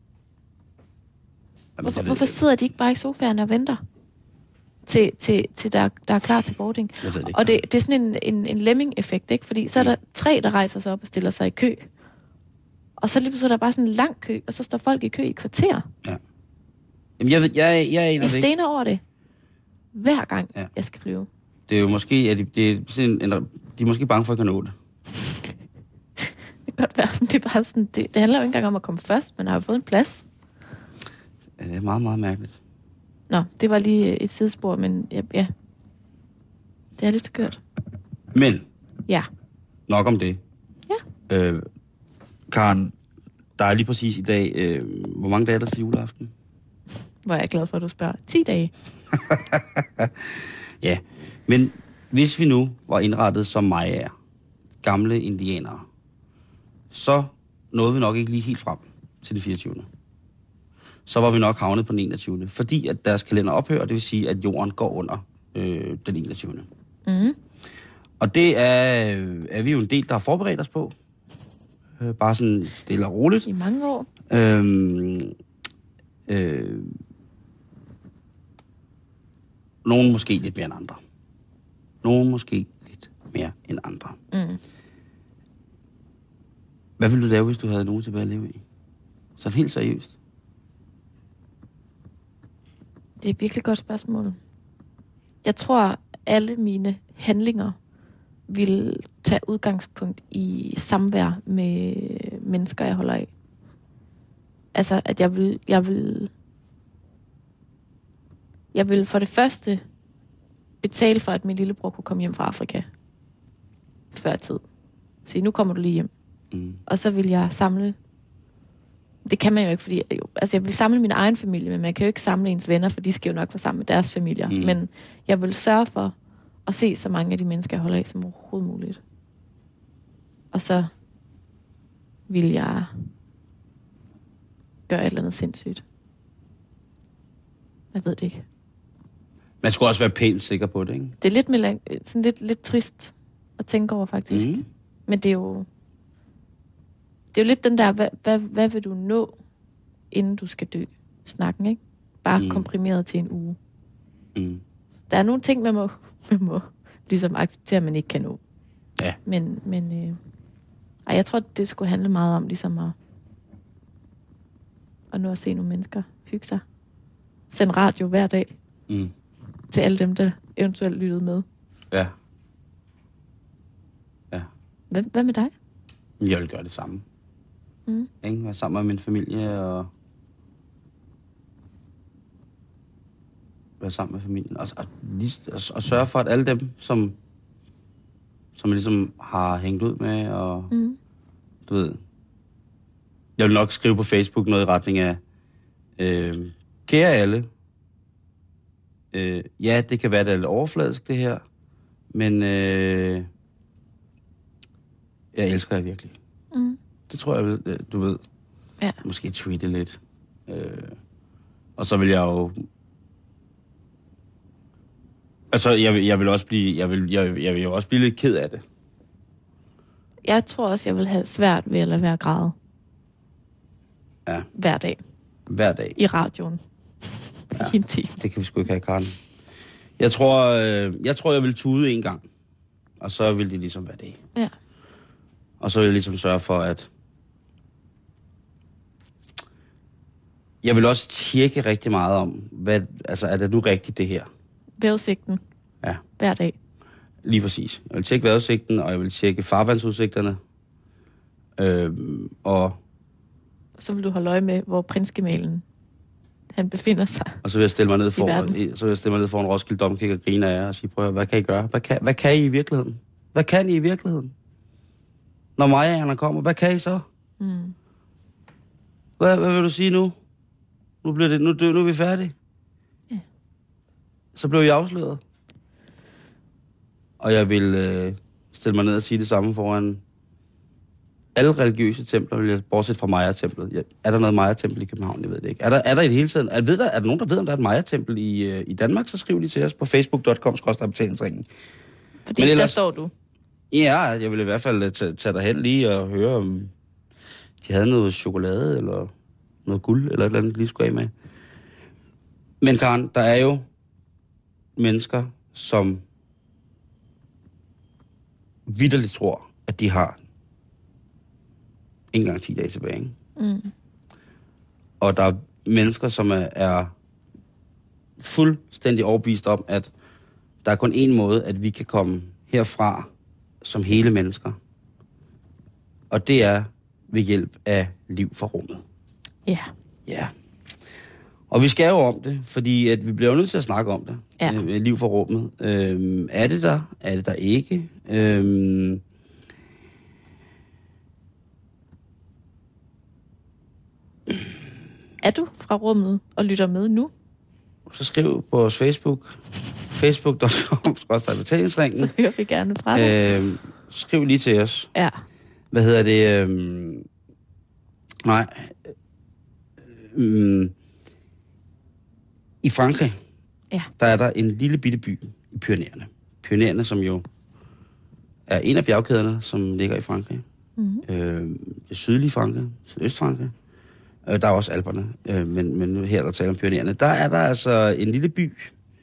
hvorfor, det, hvorfor sidder de ikke bare i sofaen og venter, til, til, til der, der er klar til boarding? Det og det, det er sådan en, en, en lemming-effekt, ikke? Fordi så er der tre, der rejser sig op og stiller sig i kø. Og så lige pludselig er der bare sådan en lang kø, og så står folk i kø i kvarter. Ja. Jamen, jeg, ved, jeg, jeg er en af det. Jeg stener over det. Hver gang, ja. jeg skal flyve. Det er jo måske, at de, det er sådan en, de er måske bange for at kan nå det. Det kan godt være, men det er bare sådan, det, det handler jo ikke engang om at komme først, men har jo fået en plads. Ja, det er meget, meget mærkeligt. Nå, det var lige et sidespor, men ja, ja. Det er lidt skørt. Men, ja. nok om det. Ja. Øh, Karen, der er lige præcis i dag, øh, hvor mange dage er der til juleaften? Hvor er jeg glad for, at du spørger. ti dage. Ja, men hvis vi nu var indrettet som mig er, gamle indianere, så nåede vi nok ikke lige helt frem til den fireogtyvende Så var vi nok havnet på den enogtyvende Fordi at deres kalender ophører, det vil sige, at jorden går under øh, den enogtyvende Mm. Og det er, er vi jo en del, der har forberedt os på. Øh, bare sådan stille og roligt. I mange år. Øhm, øh, nogen måske lidt mere end andre. Nogen måske lidt mere end andre. Mm. Hvad ville du lave, hvis du havde nogen tilbage at leve i? Sådan helt seriøst. Det er et virkelig godt spørgsmål. Jeg tror, alle mine handlinger vil tage udgangspunkt i samvær med mennesker, jeg holder af. Altså, at jeg vil, jeg vil, jeg vil for det første betale for, at min lillebror kunne komme hjem fra Afrika før tid. Så nu kommer du lige hjem. Mm. Og så vil jeg samle. Det kan man jo ikke, fordi jo, altså jeg vil samle min egen familie, men man kan jo ikke samle ens venner, for de skal jo nok være sammen med deres familier. Mm. Men jeg vil sørge for at se så mange af de mennesker, jeg holder af, som overhovedet muligt. Og så vil jeg gøre et eller andet sindssygt. Jeg ved det ikke. Man skulle også være pænt sikker på det, ikke? Det er lidt, melan- sådan lidt, lidt trist at tænke over, faktisk. Mm. Men det er jo... Det er jo lidt den der, hvad, hvad, hvad vil du nå, inden du skal dø? Snakken, ikke? Bare mm. komprimeret til en uge. Mm. Der er nogle ting, man må, man må ligesom acceptere, man ikke kan nå. Ja. Men, men øh, ej, jeg tror, det skulle handle meget om ligesom at, at nå at se nogle mennesker hygge sig. Send radio hver dag. Mm. Til alle dem, der eventuelt lyttede med. Ja. Ja. Hvad, hvad med dig? Jeg vil gøre det samme. Mm. Ikke? Være sammen med min familie og være sammen med familien. Og, og, og, og sørge for, at alle dem, som, som jeg ligesom har hængt ud med, og mm. du ved, jeg vil nok skrive på Facebook noget i retning af, øh, kære alle, øh, ja, det kan være, det er lidt overfladisk, det her, men øh, jeg elsker jer virkelig. Mm. Det tror jeg, du ved. Ja. Måske tweete lidt. Øh, og så vil jeg jo... Altså, jeg vil, jeg vil også blive... Jeg vil, jeg, jeg vil jo også blive lidt ked af det. Jeg tror også, jeg vil have svært ved at lade være græde. Ja. Hver dag. Hver dag. I radioen. Ja, det kan vi sgu ikke have, Karen. Jeg tror, øh, jeg tror, jeg vil tude en gang. Og så vil det ligesom være det. Ja. Og så vil jeg ligesom sørge for, at... Jeg vil også tjekke rigtig meget om, hvad, altså, er det nu rigtigt, det her? Vejrudsigten. Ja. Hver dag. Lige præcis. Jeg vil tjekke vejrudsigten, og jeg vil tjekke farvandsudsigterne. Øhm, og... Så vil du holde øje med, hvor prinsgemalen han befinder sig. Og så vil jeg stille mig ned for, så vil jeg stille mig ned for en Roskilde Domkirke og grine af jer og sige, prøv at høre, hvad kan I gøre? Hvad kan, hvad kan I i virkeligheden? Hvad kan I i virkeligheden? Når Maja kommer, hvad kan I så? Mm. Hvad, hvad vil du sige nu? Nu, bliver det, nu, nu er vi færdige. Ja. Så blev I afsløret. Og jeg vil øh, stille mig ned og sige det samme foran alle religiøse templer, vil jeg, bortset fra Maja-templet. Ja, er der noget Maja-tempel i København? Jeg ved det ikke. Er der, er der i det hele tiden? Er, ved der, er der nogen, der ved, om der er et Maja-tempel i, øh, i Danmark? Så skriv lige til os på facebook punktum com skråstreg betalingsringen. Fordi ellers, der står du. Ja, jeg vil i hvert fald tage, tage derhen lige og høre, om de havde noget chokolade, eller noget guld, eller et eller andet, lige skulle af med. Men Karen, der er jo mennesker, som vitterligt tror, at de har ikke engang ti dage tilbage. Ikke? Mm. Og der er mennesker, som er, er fuldstændig overbevist om, at der er kun én måde, at vi kan komme herfra som hele mennesker. Og det er ved hjælp af liv fra rummet. Ja. Yeah. Ja. Og vi skal jo om det, fordi at vi bliver jo nødt til at snakke om det. Ja. Øh, liv fra rummet. Øhm, er det der? Er det der ikke? Øhm, Er du fra rummet og lytter med nu? Så skriv på vores Facebook, facebook punktum com skråstreg betalingsringen. Så hører vi gerne fra dig. Øhm, skriv lige til os. Ja. Hvad hedder det? Øhm, nej. Øhm, I Frankrig, ja. Der er der en lille bitte by i Pyrenæerne. Pyrenæerne, som jo er en af bjergkæderne, som ligger i Frankrig. Mm-hmm. Øh, det sydlige Frankrig, sydøstfrankrig. Øh, der er også Alperne, øh, men, men her der taler om Pyrenæerne. Der er der altså en lille by,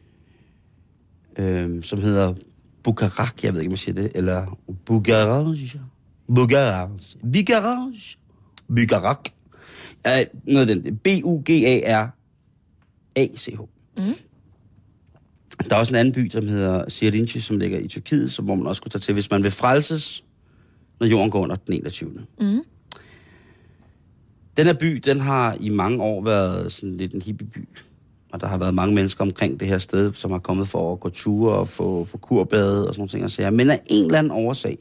øh, som hedder Bucarac, jeg ved ikke, om jeg siger det, eller Bugarage. Bugarage. Bugarage. Bucarac. Ja, noget af den. B U G A R A C H. Mm. Der er også en anden by, som hedder Sirinci, som ligger i Tyrkiet, som hvor man også kunne tage til, hvis man vil frelses, når jorden går under den enogtyvende Mm. Den her by, den har i mange år været sådan lidt en hippieby. Og der har været mange mennesker omkring det her sted, som har kommet for at gå ture og få, få kurbade og sådan nogle ting. Og men af en eller anden årsag,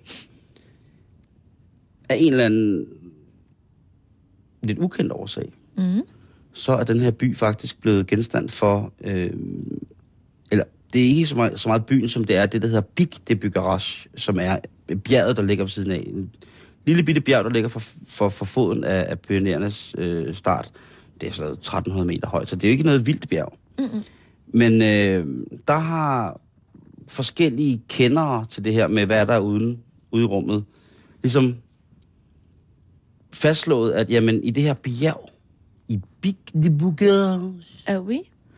af en eller anden lidt ukendt årsag, mm. så er den her by faktisk blevet genstand for, øh, eller det er ikke så meget, så meget byen, som det er det, der hedder Pic de Bucarache, som er bjerget, der ligger ved siden af. En lille bitte bjerg, der ligger for, for, for foden af, af Pyrenæernes øh, start. Det er så tretten hundrede meter højt, så det er jo ikke noget vildt bjerg. Mm-hmm. Men øh, der har forskellige kendere til det her med, hvad der er uden, ude i rummet, ligesom fastslået, at jamen, i det her bjerg, i Pic de Bucarache, er vi?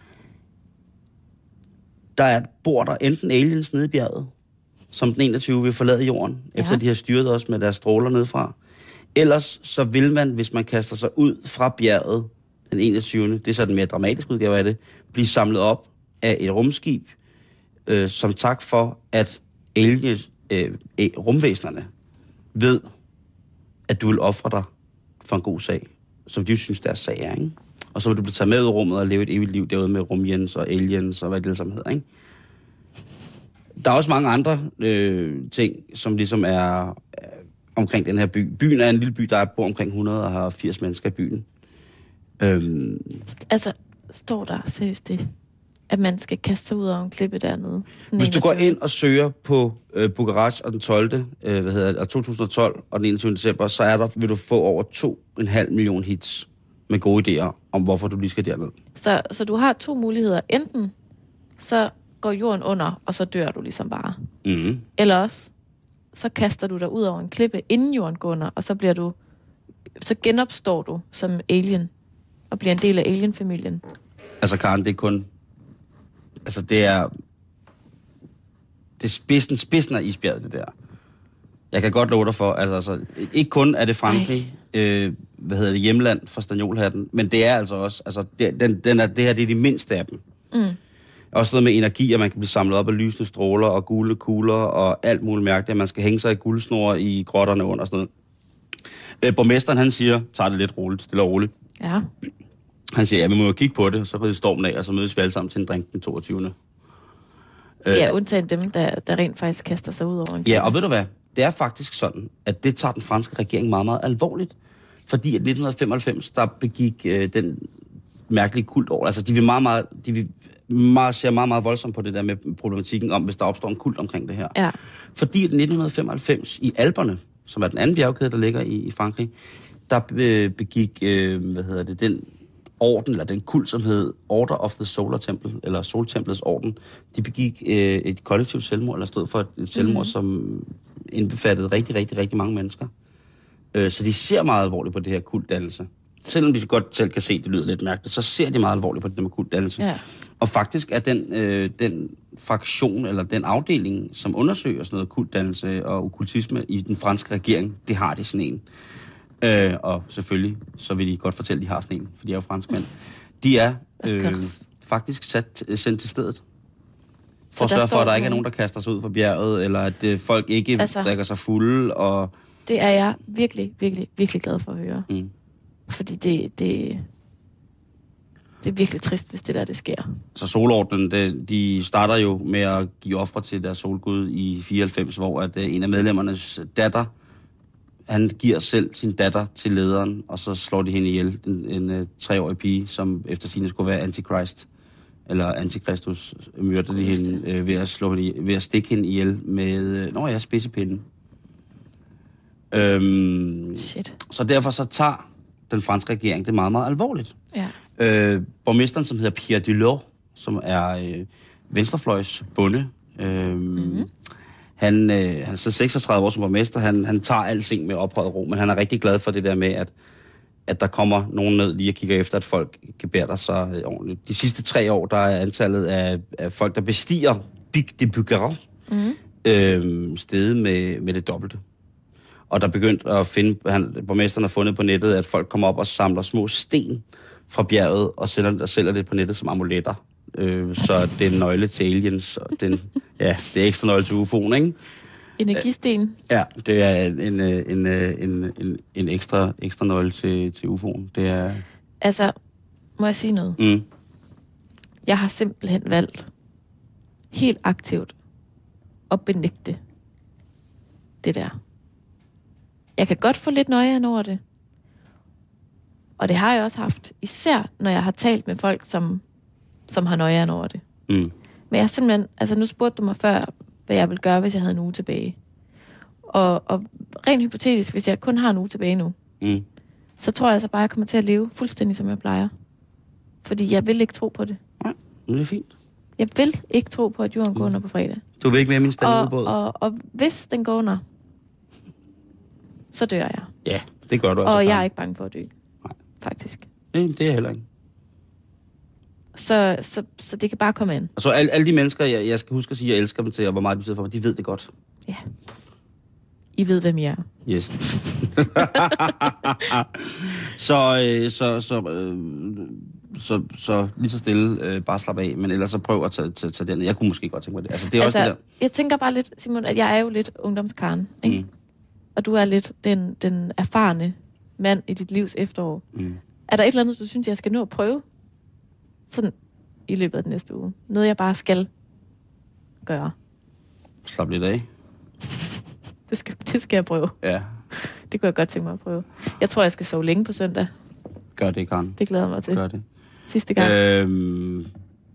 Der er, bor der enten aliens nede i bjerget, som den enogtyvende vil forlade jorden, ja. Efter de har styret os med deres stråler nedefra. Ellers så vil man, hvis man kaster sig ud fra bjerget den enogtyvende det er så den mere dramatiske udgave af det, blive samlet op af et rumskib, øh, som tak for, at aliens, øh, øh, rumvæsenerne ved, at du vil ofre dig for en god sag, som de synes, deres sag er, ikke? Og så vil du blive taget med ud i rummet og leve et evigt liv derude med rumjens og aliens og hvad det alle sammen hedder, ikke? Der er også mange andre øh, ting, som ligesom er øh, omkring den her by. Byen er en lille by, der er bor omkring et hundrede og har firs mennesker i byen. Øhm, altså, står der seriøst det, at man skal kaste sig ud over en klippe dernede? Hvis du går ind og søger på øh, Bucarac og den tolvte Øh, hvad hedder det, og to tusind og tolv og den enogtyvende december, så er der, vil du få over to komma fem million hits med gode idéer om, hvorfor du lige skal derned. Så, så du har to muligheder. Enten så går jorden under, og så dør du ligesom bare. Mm. Eller også, så kaster du dig ud over en klippe, inden jorden går under, og så bliver du, så genopstår du som alien, og bliver en del af alien-familien. Altså, Karen, det er kun, altså, det er, det er spidsen, spidsen af isbjerget, det der. Jeg kan godt love dig for, altså, altså ikke kun er det Frankrig, øh, hvad hedder det, hjemland for stanjolhatten, men det er altså også, altså, det, den, den er, det her, det er de mindste af dem. Mm. Også noget med energi, at man kan blive samlet op af lysende stråler og gule kugler og alt muligt mærkeligt, at man skal hænge sig i guldsnore i grotterne under og sådan noget. Øh, borgmesteren, han siger, tager det lidt roligt, stille og roligt. Ja. Han siger, ja, vi må jo kigge på det, så rider stormen af, og så mødes vi alle sammen til en drink den toogtyvende Øh, ja, undtagen dem, der, der rent faktisk kaster sig ud over en klippe. Ja, og ved du hvad? Det er faktisk sådan, at det tager den franske regering meget, meget alvorligt. Fordi at nitten femoghalvfems, der begik øh, den mærkelige kult over. Altså, de vil meget, meget, de vil meget, ser meget, meget voldsomt på det der med problematikken om, hvis der opstår en kult omkring det her. Ja. Fordi at nitten femoghalvfems i Alperne, som er den anden bjergkæde, der ligger i, i Frankrig, der øh, begik, øh, hvad hedder det, den orden, eller den kult, som hed Order of the Solar Temple, eller Soltemplets orden, de begik øh, et kollektivt selvmord, eller stod for et, et selvmord, mm-hmm. som indbefattede rigtig, rigtig, rigtig mange mennesker. Øh, så de ser meget alvorligt på det her kultdannelse. Selvom de så godt selv kan se, det lyder lidt mærkeligt, så ser de meget alvorligt på det med kultdannelse. Ja. Og faktisk er den, øh, den fraktion, eller den afdeling, som undersøger sådan noget kultdannelse og okkultisme i den franske regering, det har de sådan en. Øh, og selvfølgelig, så vil de godt fortælle, at de har sådan en, for de er jo franskmænd. De er øh, faktisk sat, sendt til stedet. For at sørge for, at der ikke er nogen, der kaster sig ud fra bjerget, eller at øh, folk ikke altså, drikker sig fulde. Og det er jeg virkelig, virkelig, virkelig glad for at høre. Mm. Fordi det, det, det er virkelig trist, hvis det der, det sker. Så solordenen, det, de starter jo med at give ofre til deres solgud i fireoghalvfems, hvor at, øh, en af medlemmernes datter, han giver selv sin datter til lederen, og så slår de hende ihjel. En, en, en treårig pige, som efter sigende skulle være antikrist, eller antikristus, myrder de hende øh, ved, at slå hende, ved at stikke hende ihjel med, øh, nå ja, spidsepinden. Øhm, Shit. Så derfor så tager den franske regering det meget, meget alvorligt. Ja. Øh, borgmesteren, som hedder Pierre Dulot, som er øh, venstrefløjs bonde, øh, mm-hmm. Han, øh, han er så seksogtredive år som borgmester, han, han tager alting med ophøjet ro, men han er rigtig glad for det der med, at, at der kommer nogen ned lige og kigger efter, at folk gebærder sig ordentligt. De sidste tre år, der er antallet af, af folk, der bestiger Pic de Bucarest, mm. øh, steget med, med det dobbelte. Og der begyndt at finde, han, borgmesteren har fundet på nettet, at folk kommer op og samler små sten fra bjerget og sælger, og sælger det på nettet som amuletter. Øh, så det er en nøgle til aliens, og den, ja, det er ekstra nøgle til U F O'en, ikke? Energisten. Ja, det er en, en, en, en, en, en ekstra, ekstra nøgle til, til U F O'en. Det er... Altså, må jeg sige noget? Mm. Jeg har simpelthen valgt helt aktivt at benægte det der. Jeg kan godt få lidt nøje over det. Og det har jeg også haft. Især når jeg har talt med folk, som, som har nøje over det. Mm. Men jeg har simpelthen... Altså nu spurgte du mig før, hvad jeg ville gøre, hvis jeg havde en uge tilbage. Og, og rent hypotetisk, hvis jeg kun har en uge tilbage nu, mm. så tror jeg altså bare, at jeg kommer til at leve fuldstændig, som jeg plejer. Fordi jeg vil ikke tro på det. Nej, det er fint. Jeg vil ikke tro på, at jorden går under på fredag. Du vil ikke med min standardbåd? Og, og, og hvis den går under, så dør jeg. Ja, det gør du også. Og jeg er ikke bange for at dø. Nej. Faktisk. Det, det er jeg heller ikke. Så, så, så det kan bare komme ind. Og så alle, alle de mennesker, jeg, jeg skal huske at sige, at jeg elsker dem til, og hvor meget de betyder for mig, de ved det godt. Ja. I ved, hvem jeg er. Yes. så, øh, så, så, øh, så, så lige så stille, øh, bare slap af, men ellers så prøv at tage, tage, tage den. Jeg kunne måske godt tænke mig det. Altså, det er altså, også det der. Jeg tænker bare lidt, Simon, at jeg er jo lidt ungdomskaren, ikke? Mm. Og du er lidt den, den erfarne mand i dit livs efterår. Mm. Er der et eller andet, du synes, jeg skal nå at prøve? Sådan i løbet af den næste uge. Noget, jeg bare skal gøre. Slap lidt af. Det skal, det skal jeg prøve. Ja. Det kunne jeg godt tænke mig at prøve. Jeg tror, jeg skal sove længe på søndag. Gør det, Karen. Det glæder jeg mig til. Gør det. Sidste gang. Øhm,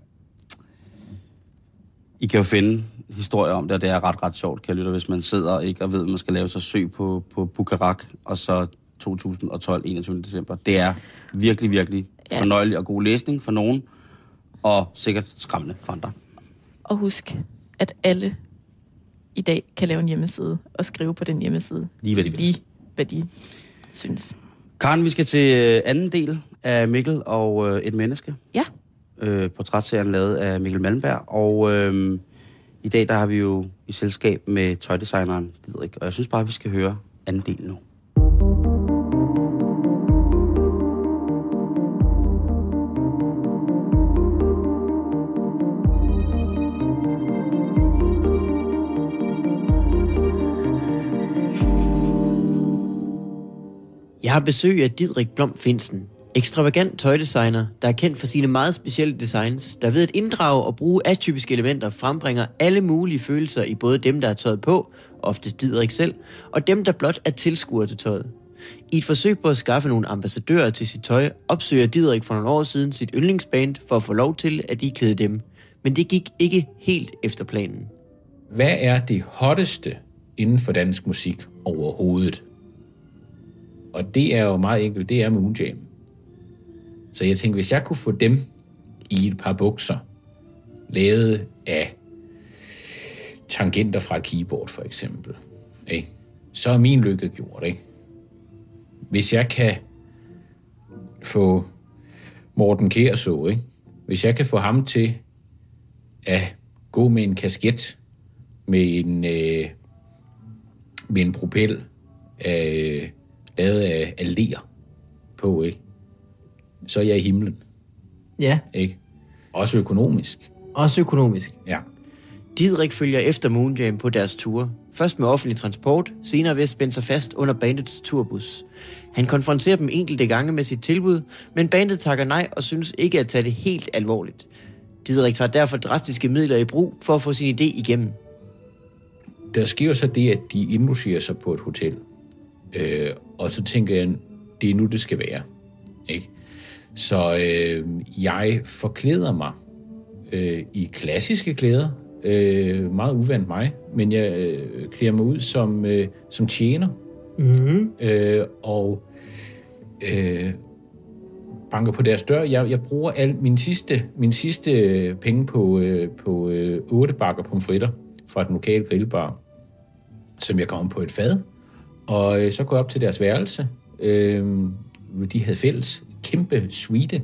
I kan jo finde historier om det, og det er ret, ret sjovt, kan jeg lytte, hvis man sidder ikke og ved, at man skal lave sig søg på, på Bukarak, og så to tusind og tolv, enogtyvende december. Det er virkelig, virkelig ja. fornøjelig og god læsning for nogen, og sikkert skræmmende for andre. Og husk, at alle i dag kan lave en hjemmeside og skrive på den hjemmeside. Lige hvad de vil. Lige hvad de synes. Karen, vi skal til anden del af Mikkel og øh, et menneske. Ja. Øh, portrætserien lavet af Mikkel Malmberg. Og øh, i dag der har vi jo i selskab med tøjdesigneren Didrik. Og jeg synes bare, vi skal høre anden del nu. Jeg har besøg af Didrik Blom Finsen, ekstravagant tøjdesigner, der er kendt for sine meget specielle designs, der ved at inddrage og bruge atypiske elementer frembringer alle mulige følelser i både dem, der er tøjet på, oftest Didrik selv, og dem, der blot er tilskuere til tøjet. I et forsøg på at skaffe nogle ambassadører til sit tøj, opsøger Didrik for nogle år siden sit yndlingsband for at få lov til at iklæde dem. Men det gik ikke helt efter planen. Hvad er det hotteste inden for dansk musik overhovedet? Og det er jo meget enkelt, det er Moon Jam. Så jeg tænkte, hvis jeg kunne få dem i et par bukser, lavet af tangenter fra et keyboard for eksempel, ikke? Så er min lykke gjort, ikke? Hvis jeg kan få Morten Kjærså, ikke? Hvis jeg kan få ham til at gå med en kasket med en, øh, med en propel øh, lavet af, af ler på, ikke? Så er jeg i himlen. Ja. Ikke? Også økonomisk. Også økonomisk. Ja. Didrik følger efter Moon Jam på deres ture. Først med offentlig transport, senere ved at spænde sig fast under bandets turbus. Han konfronterer dem enkelte gange med sit tilbud, men bandet takker nej og synes ikke at tage det helt alvorligt. Didrik tager derfor drastiske midler i brug for at få sin idé igennem. Der sker så det, at de indlogerer sig på et hotel. Øh, og så tænker jeg, det er nu, det skal være. Ikke? Så øh, jeg forklæder mig øh, i klassiske klæder. Øh, meget uvandt mig. Men jeg øh, klæder mig ud som, øh, som tjener. Mm-hmm. Øh, og øh, banker på deres dør. Jeg, jeg bruger al min sidste, min sidste penge på, øh, på øh, otte bakker pomfritter fra den lokale grillbar. som jeg kom på et fad. Og øh, så går jeg op til deres værelse. Øh, de havde fælles kæmpe suite,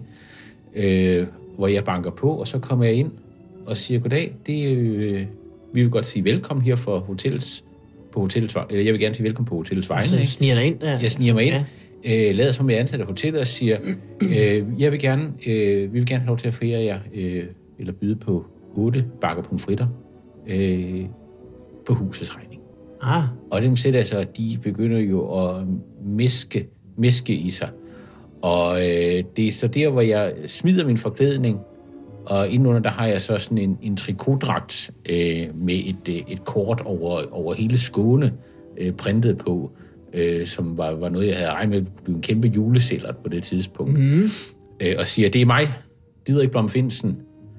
øh, hvor jeg banker på, og så kommer jeg ind og siger, goddag, det, øh, vi vil godt sige velkommen her for hotellets, på hotellets, jeg vil gerne sige velkommen på hotellets vegne. Så sniger dig ind der? Jeg sniger mig ind, ja. øh, lader som jeg er ansat af hotellet og siger, øh, jeg vil gerne, øh, vi vil gerne have lov til at fære jer, øh, eller byde på otte bakker pomfritter øh, på husets regning. Ah. Og dem sætter altså, de begynder jo at miske, miske i sig. Og øh, det er så der, hvor jeg smider min forklædning, og indenunder der har jeg så sådan en, en trikotdragt øh, med et, et kort over, over hele Skåne øh, printet på, øh, som var, var noget, jeg havde regnet med at blive en kæmpe julesælger på det tidspunkt. Mm. Øh, og siger, det er mig, Didrik Blom Findsen.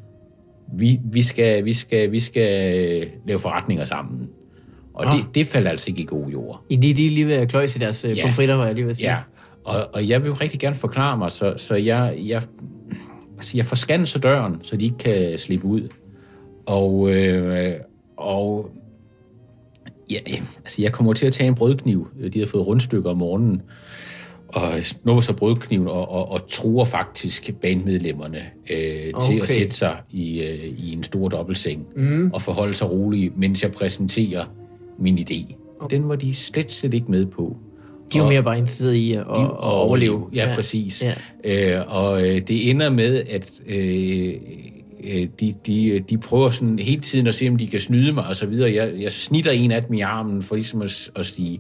Vi, vi, skal, vi, skal, vi skal lave forretninger sammen. Og ah. det, det faldt altså ikke i gode jord. I de, de lige ved at kløjse deres ja. pomfritter, var jeg lige ved at sige. Ja, og, og jeg vil jo rigtig gerne forklare mig, så, så jeg, jeg, altså jeg forskanser døren, så de ikke kan slippe ud. Og, øh, og ja, altså jeg kommer til at tage en brødkniv. De har fået rundstykker om morgenen, og snupper så brødkniven og, og, og truer faktisk bandmedlemmerne øh, okay. til at sætte sig i, øh, i en stor dobbeltseng mm. og forholde sig roligt, mens jeg præsenterer min idé. Okay. Den var de slet, slet ikke med på. De var mere bare interesseret i at, at overleve. Ja, ja. præcis. Ja. Øh, og øh, det ender med, at øh, de, de, de prøver sådan hele tiden at se, om de kan snyde mig og så videre. Jeg, jeg snitter en af dem i armen for ligesom at, at sige,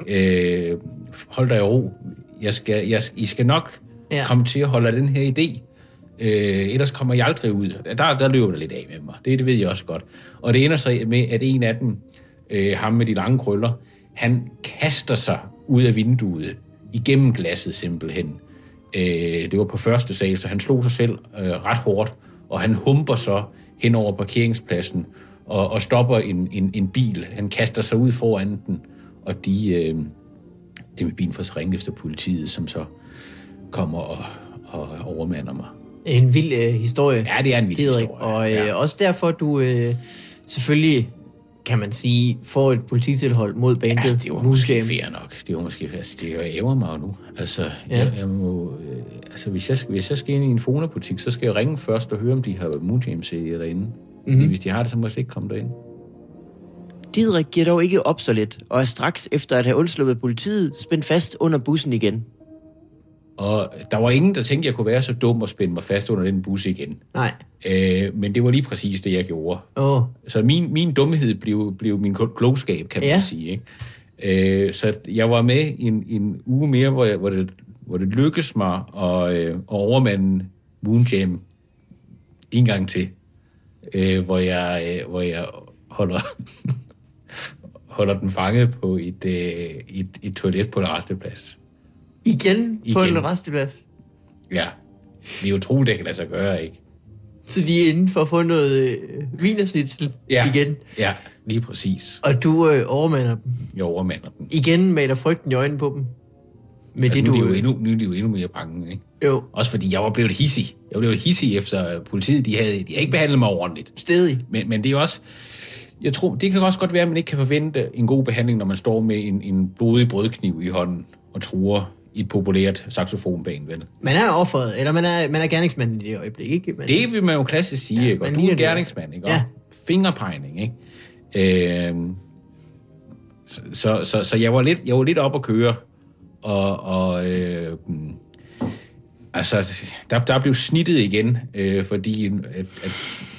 øh, hold dig i ro. Jeg skal, jeg, I skal nok ja. komme til at holde den her idé. Øh, ellers kommer jeg aldrig ud. Der, der løber det lidt af med mig. Det, det ved jeg også godt. Og det ender så med, at en af dem, øh, ham med de lange krøller, han kaster sig ud af vinduet, igennem glasset simpelthen. Øh, det var på første sal, så han slog sig selv øh, ret hårdt, og han humper så hen over parkeringspladsen og, og stopper en, en, en bil. Han kaster sig ud foran den, og de, øh, det med bilen får så ringet efter politiet, som så kommer og, og overmander mig. En vild øh, historie. Ja, det er en vild Didrik. historie. Og øh, ja. også derfor, du øh, selvfølgelig, kan man sige, får et polititilhold mod bandet. Ja, det var måske fair nok. Det var måske fair. Det æver mig nu. Altså, ja. jeg, jeg må, øh, altså hvis, jeg, hvis jeg skal ind i en Fona-butik, så skal jeg ringe først og høre, om de har Moonjam-C D'er derinde. Mm-hmm. Fordi hvis de har det, så må jeg slet ikke komme derind. Didrik giver dog ikke op så lidt, og er straks efter at have undsluppet politiet, spændt fast under bussen igen. Og der var ingen, der tænkte, at jeg kunne være så dum og spænde mig fast under den bus igen. Nej. Øh, men det var lige præcis det, jeg gjorde. Oh. Så min, min dumhed blev, blev min klogskab, kan man ja. sige. Ikke? Øh, så jeg var med en, en uge mere, hvor, jeg, hvor, det, hvor det lykkedes mig at, øh, at overmande Moonjam en gang til. Øh, hvor, jeg, øh, hvor jeg holder, holder den fanget på et, øh, et, et toilet på en resteplads. Igen på Igen. en resteplads? Ja. Det er utroligt, det kan lade sig gøre, ikke? Så de er inde for at få noget øh, vinersnitsel ja. igen? Ja, lige præcis. Og du øh, overmander dem? Jeg overmander dem. Igen maler frygten i øjnene på dem? Med ja, det, nu, du... er de jo endnu, nu er de jo endnu mere bange, ikke? Jo. Også fordi jeg var blevet hissig. Jeg var blevet hissig efter politiet. De havde, de havde ikke behandlet mig ordentligt. Stedig. Men, men det er også... Jeg tror, det kan også godt være, at man ikke kan forvente en god behandling, når man står med en, en blodig brødkniv i hånden og truer i et populært saxofonband, vel? Man er offeret, eller man er, man er gerningsmanden i det øjeblik, ikke? Man... Det vil man jo klassisk sige, ja, ikke? Og du er en gerningsmand, ikke? Ja. Fingerpegning, ikke? Øhm, så, så, så jeg var lidt, jeg var lidt op at køre, og, og øh, altså, der, der blev snittet igen, øh, fordi at, at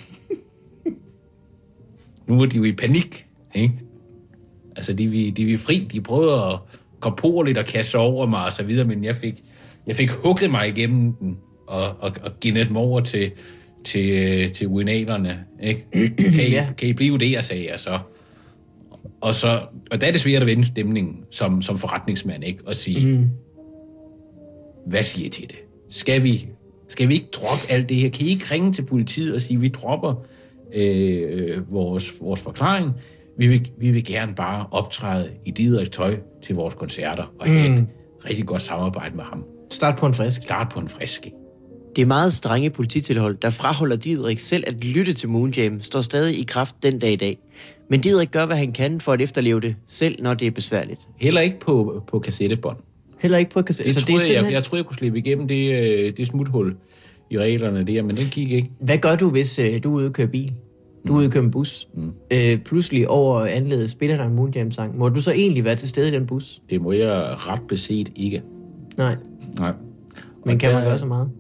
nu var de jo i panik, ikke? Altså, de vi, de vi fri, de prøvede at korporligt og kaste over mig og så videre, men jeg fik, jeg fik hugget mig igennem den og, og, og givet dem over til, til, til urinalerne, ikke? Kan I, ja. kan I blive det, jeg sagde jeg så? Og, så, og der er det svært at vende stemningen som, som forretningsmand, ikke? Og sige, mm. hvad siger I til det? Skal vi, skal vi ikke droppe alt det her? Kan I ikke ringe til politiet og sige, at vi dropper øh, vores, vores forklaring? Vi vil, vi vil gerne bare optræde i Didriks tøj til vores koncerter og have mm. et rigtig godt samarbejde med ham. Start på en frisk. Start på en frisk. Det er meget strenge polititilhold, der fraholder Didrik selv at lytte til Moonjam, står stadig i kraft den dag i dag. Men Didrik gør, hvad han kan for at efterleve det, selv når det er besværligt. Heller ikke på, på kassettebånd. Heller ikke på kassettebånd. Det, det, simpelthen... jeg, jeg troede, jeg kunne slippe igennem det, det smuthul i reglerne der, men den gik ikke. Hvad gør du, hvis uh, du er ude og køre bil? Du er ude og køre en bus. Mm. Uh, pludselig over anledet spiller der en Moonjam-sang. Må du så egentlig være til stede i den bus? Det må jeg ret beset ikke. Nej. Nej. Men og kan der... man gøre så meget?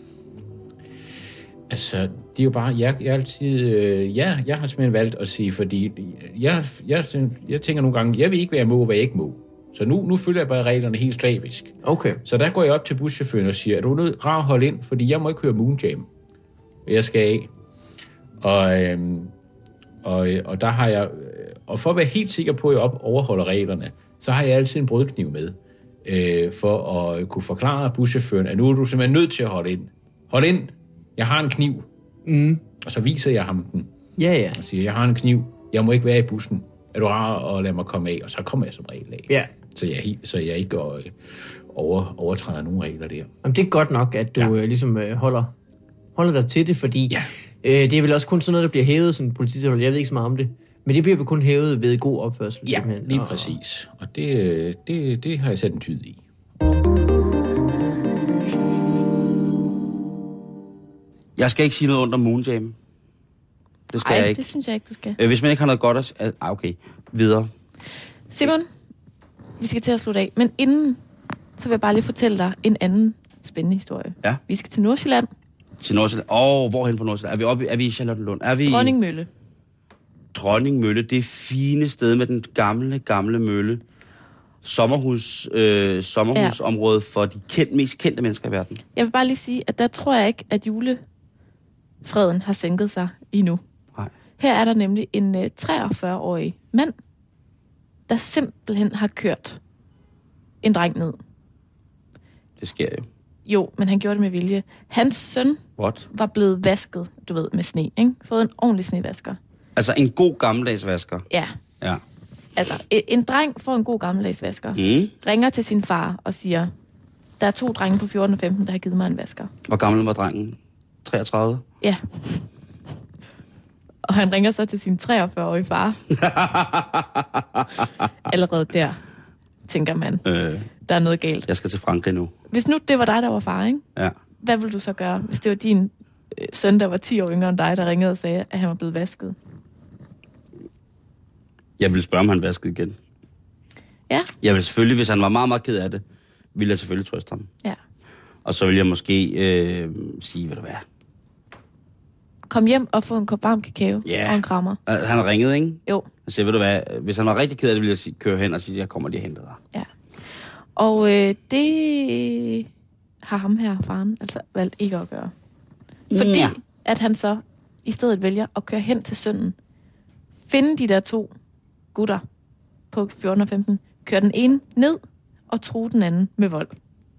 Altså, det er jo bare, jeg, jeg altid, øh, ja, jeg har simpelthen valgt at sige, fordi jeg, jeg, jeg tænker nogle gange, jeg vil ikke være må, hvad jeg ikke må. Så nu, nu følger jeg bare reglerne helt slavisk. Okay. Så der går jeg op til buschaufføren og siger, er du nødt rar at holde ind, fordi jeg må ikke køre Moonjam. Jeg skal af. Og, øhm, og, og der har jeg, og for at være helt sikker på, at jeg op overholder reglerne, så har jeg altid en brødkniv med, øh, for at kunne forklare buschaufføren, at nu er du simpelthen nødt til at holde ind. Hold ind! Jeg har en kniv. Mm. Og så viser jeg ham den. Ja, ja. Og siger, jeg har en kniv. Jeg må ikke være i bussen. Er du rar at lade mig komme af? Og så kommer jeg som regel af. Ja. Så jeg, så jeg ikke over, overtræder nogen regler der. Jamen, det er godt nok, at du ja. øh, ligesom øh, holder, holder dig til det, fordi ja. øh, det er vel også kun sådan noget, der bliver hævet, sådan polititilhold. Jeg ved ikke så meget om det. Men det bliver vel kun hævet ved god opførsel. Ja, simpelthen. lige og, præcis. Og det, det, det har jeg sat en tyd i. Jeg skal ikke sige noget ondt om Moonjam. Det skal Ej, jeg ikke. det synes jeg ikke, du skal. Hvis man ikke har noget godt at... Ah, okay. Videre. Simon, vi skal til at slutte af. Men inden, så vil jeg bare lige fortælle dig en anden spændende historie. Ja. Vi skal til Nordsjælland. Til Nordsjælland? Åh, oh, hvorhen på Nordsjælland? Er vi oppe, er vi i Charlottenlund? Er vi Dronningmølle. Dronningmølle, det fine sted med den gamle, gamle mølle. Sommerhus, øh, sommerhusområde ja. for de kendt, mest kendte mennesker i verden. Jeg vil bare lige sige, at der tror jeg ikke, at julefreden har sænket sig endnu. Nej. Her er der nemlig en uh, treogfyrre-årig mand, der simpelthen har kørt en dreng ned. Det sker jo. Jo, men han gjorde det med vilje. Hans søn What? var blevet vasket, du ved, med sne, ikke? Fået en ordentlig snevasker. Altså en god gammeldags vasker? Ja. Ja. Altså, en dreng får en god gammeldags vasker. Mm. Ringer til sin far og siger, der er to drenge på fjorten og femten, der har givet mig en vasker. Hvor gammel var drengen? treogtredive? Ja. Og han ringer så til sin treogfyrre-årige far. Allerede der, tænker man, øh, der er noget galt. Jeg skal til Frankrig nu. Hvis nu det var dig, der var far, ikke? Ja. Hvad ville du så gøre, hvis det var din øh, søn, der var ti år yngre end dig, der ringede og sagde, at han var blevet vasket? Jeg ville spørge, om han vaskede igen. Ja. Jeg ville selvfølgelig, hvis han var meget, meget ked af det, ville jeg selvfølgelig trøste ham. Ja. Og så ville jeg måske øh, sige, hvad det var. Kom hjem og få en kop varm kakao yeah. og en krammer. Han har ringet, ikke? Jo. Jeg siger, ved du hvad, hvis han var rigtig ked af det, ville jeg sige, køre hen og sige, jeg kommer lige og henter dig. Ja. Og øh, det har ham her, faren, altså valgt ikke at gøre. Fordi ja. at han så i stedet vælger at køre hen til sønnen, finde de der to gutter på fjorten og femten, køre den ene ned og true den anden med vold.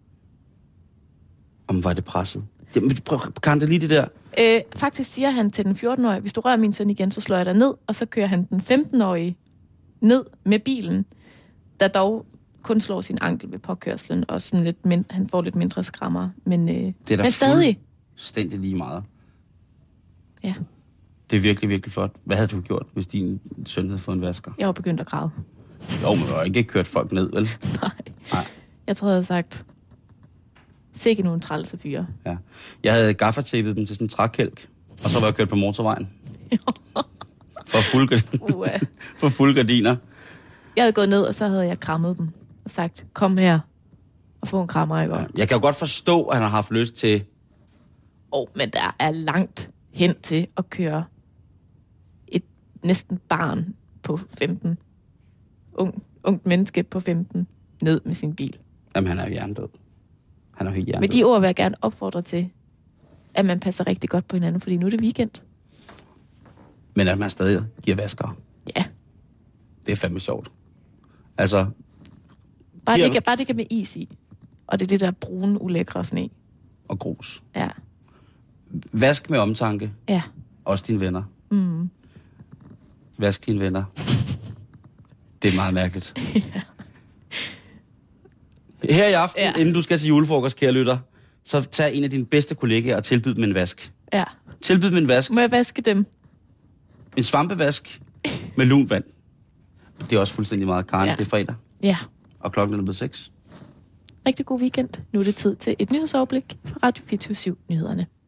Om var det presset? Jamen, prøv, kan det lige det der? Øh, faktisk siger han til den fjorten-årige, hvis du rører min søn igen, så slår jeg dig ned, og så kører han den femten-årige ned med bilen, der dog kun slår sin ankel ved påkørslen, og sådan lidt mind- han får lidt mindre skrammer, men, øh, det er men stadig. Fuldstændig lige meget. Ja. Det er virkelig, virkelig flot. Hvad havde du gjort, hvis din søn havde fået en vasker? Jeg var begyndt at græde. Jo, men du har ikke kørt folk ned, vel? Nej. Nej. Jeg tror, jeg havde sagt, sikke nogle trælse fyre. Ja. Jeg havde gaffertapet dem til sådan en trækælk, og så var jeg kørt på motorvejen. For fulde uh. For fulde gardiner. Jeg havde gået ned, og så havde jeg krammet dem og sagt, kom her og få en krammer, ikke? Ja. Jeg kan jo godt forstå, at han har haft lyst til... Åh, oh, men der er langt hen til at køre et næsten barn på femten. Ung, ungt menneske på femten ned med sin bil. Jamen, han er jo hjernedød. Han er jo helt hjernedød. Med de ord vil jeg gerne opfordre til, at man passer rigtig godt på hinanden, fordi nu er det weekend. Men at man stadig giver vasker. Ja. Det er fandme sjovt. Altså... Bare, giver... det ikke, bare det ikke er med is i. Og det er det der brune, ulækre sne. Og grus. Ja. Vask med omtanke. Ja. Også dine venner. Mm. Vask dine venner. Det er meget mærkeligt. Ja. Her i aften, ja. Inden du skal til julefrokost, kære lytter, så tag en af dine bedste kollegaer og tilbyd dem en vask. Ja. Tilbyd dem en vask. Må jeg vaske dem? En svampevask med lunt vand. Det er også fuldstændig meget. Karen, Ja. det er fredag. Ja. Og klokken er blevet seks. Rigtig god weekend. Nu er det tid til et nyhedsoverblik fra Radio fireogtyve syv Nyhederne.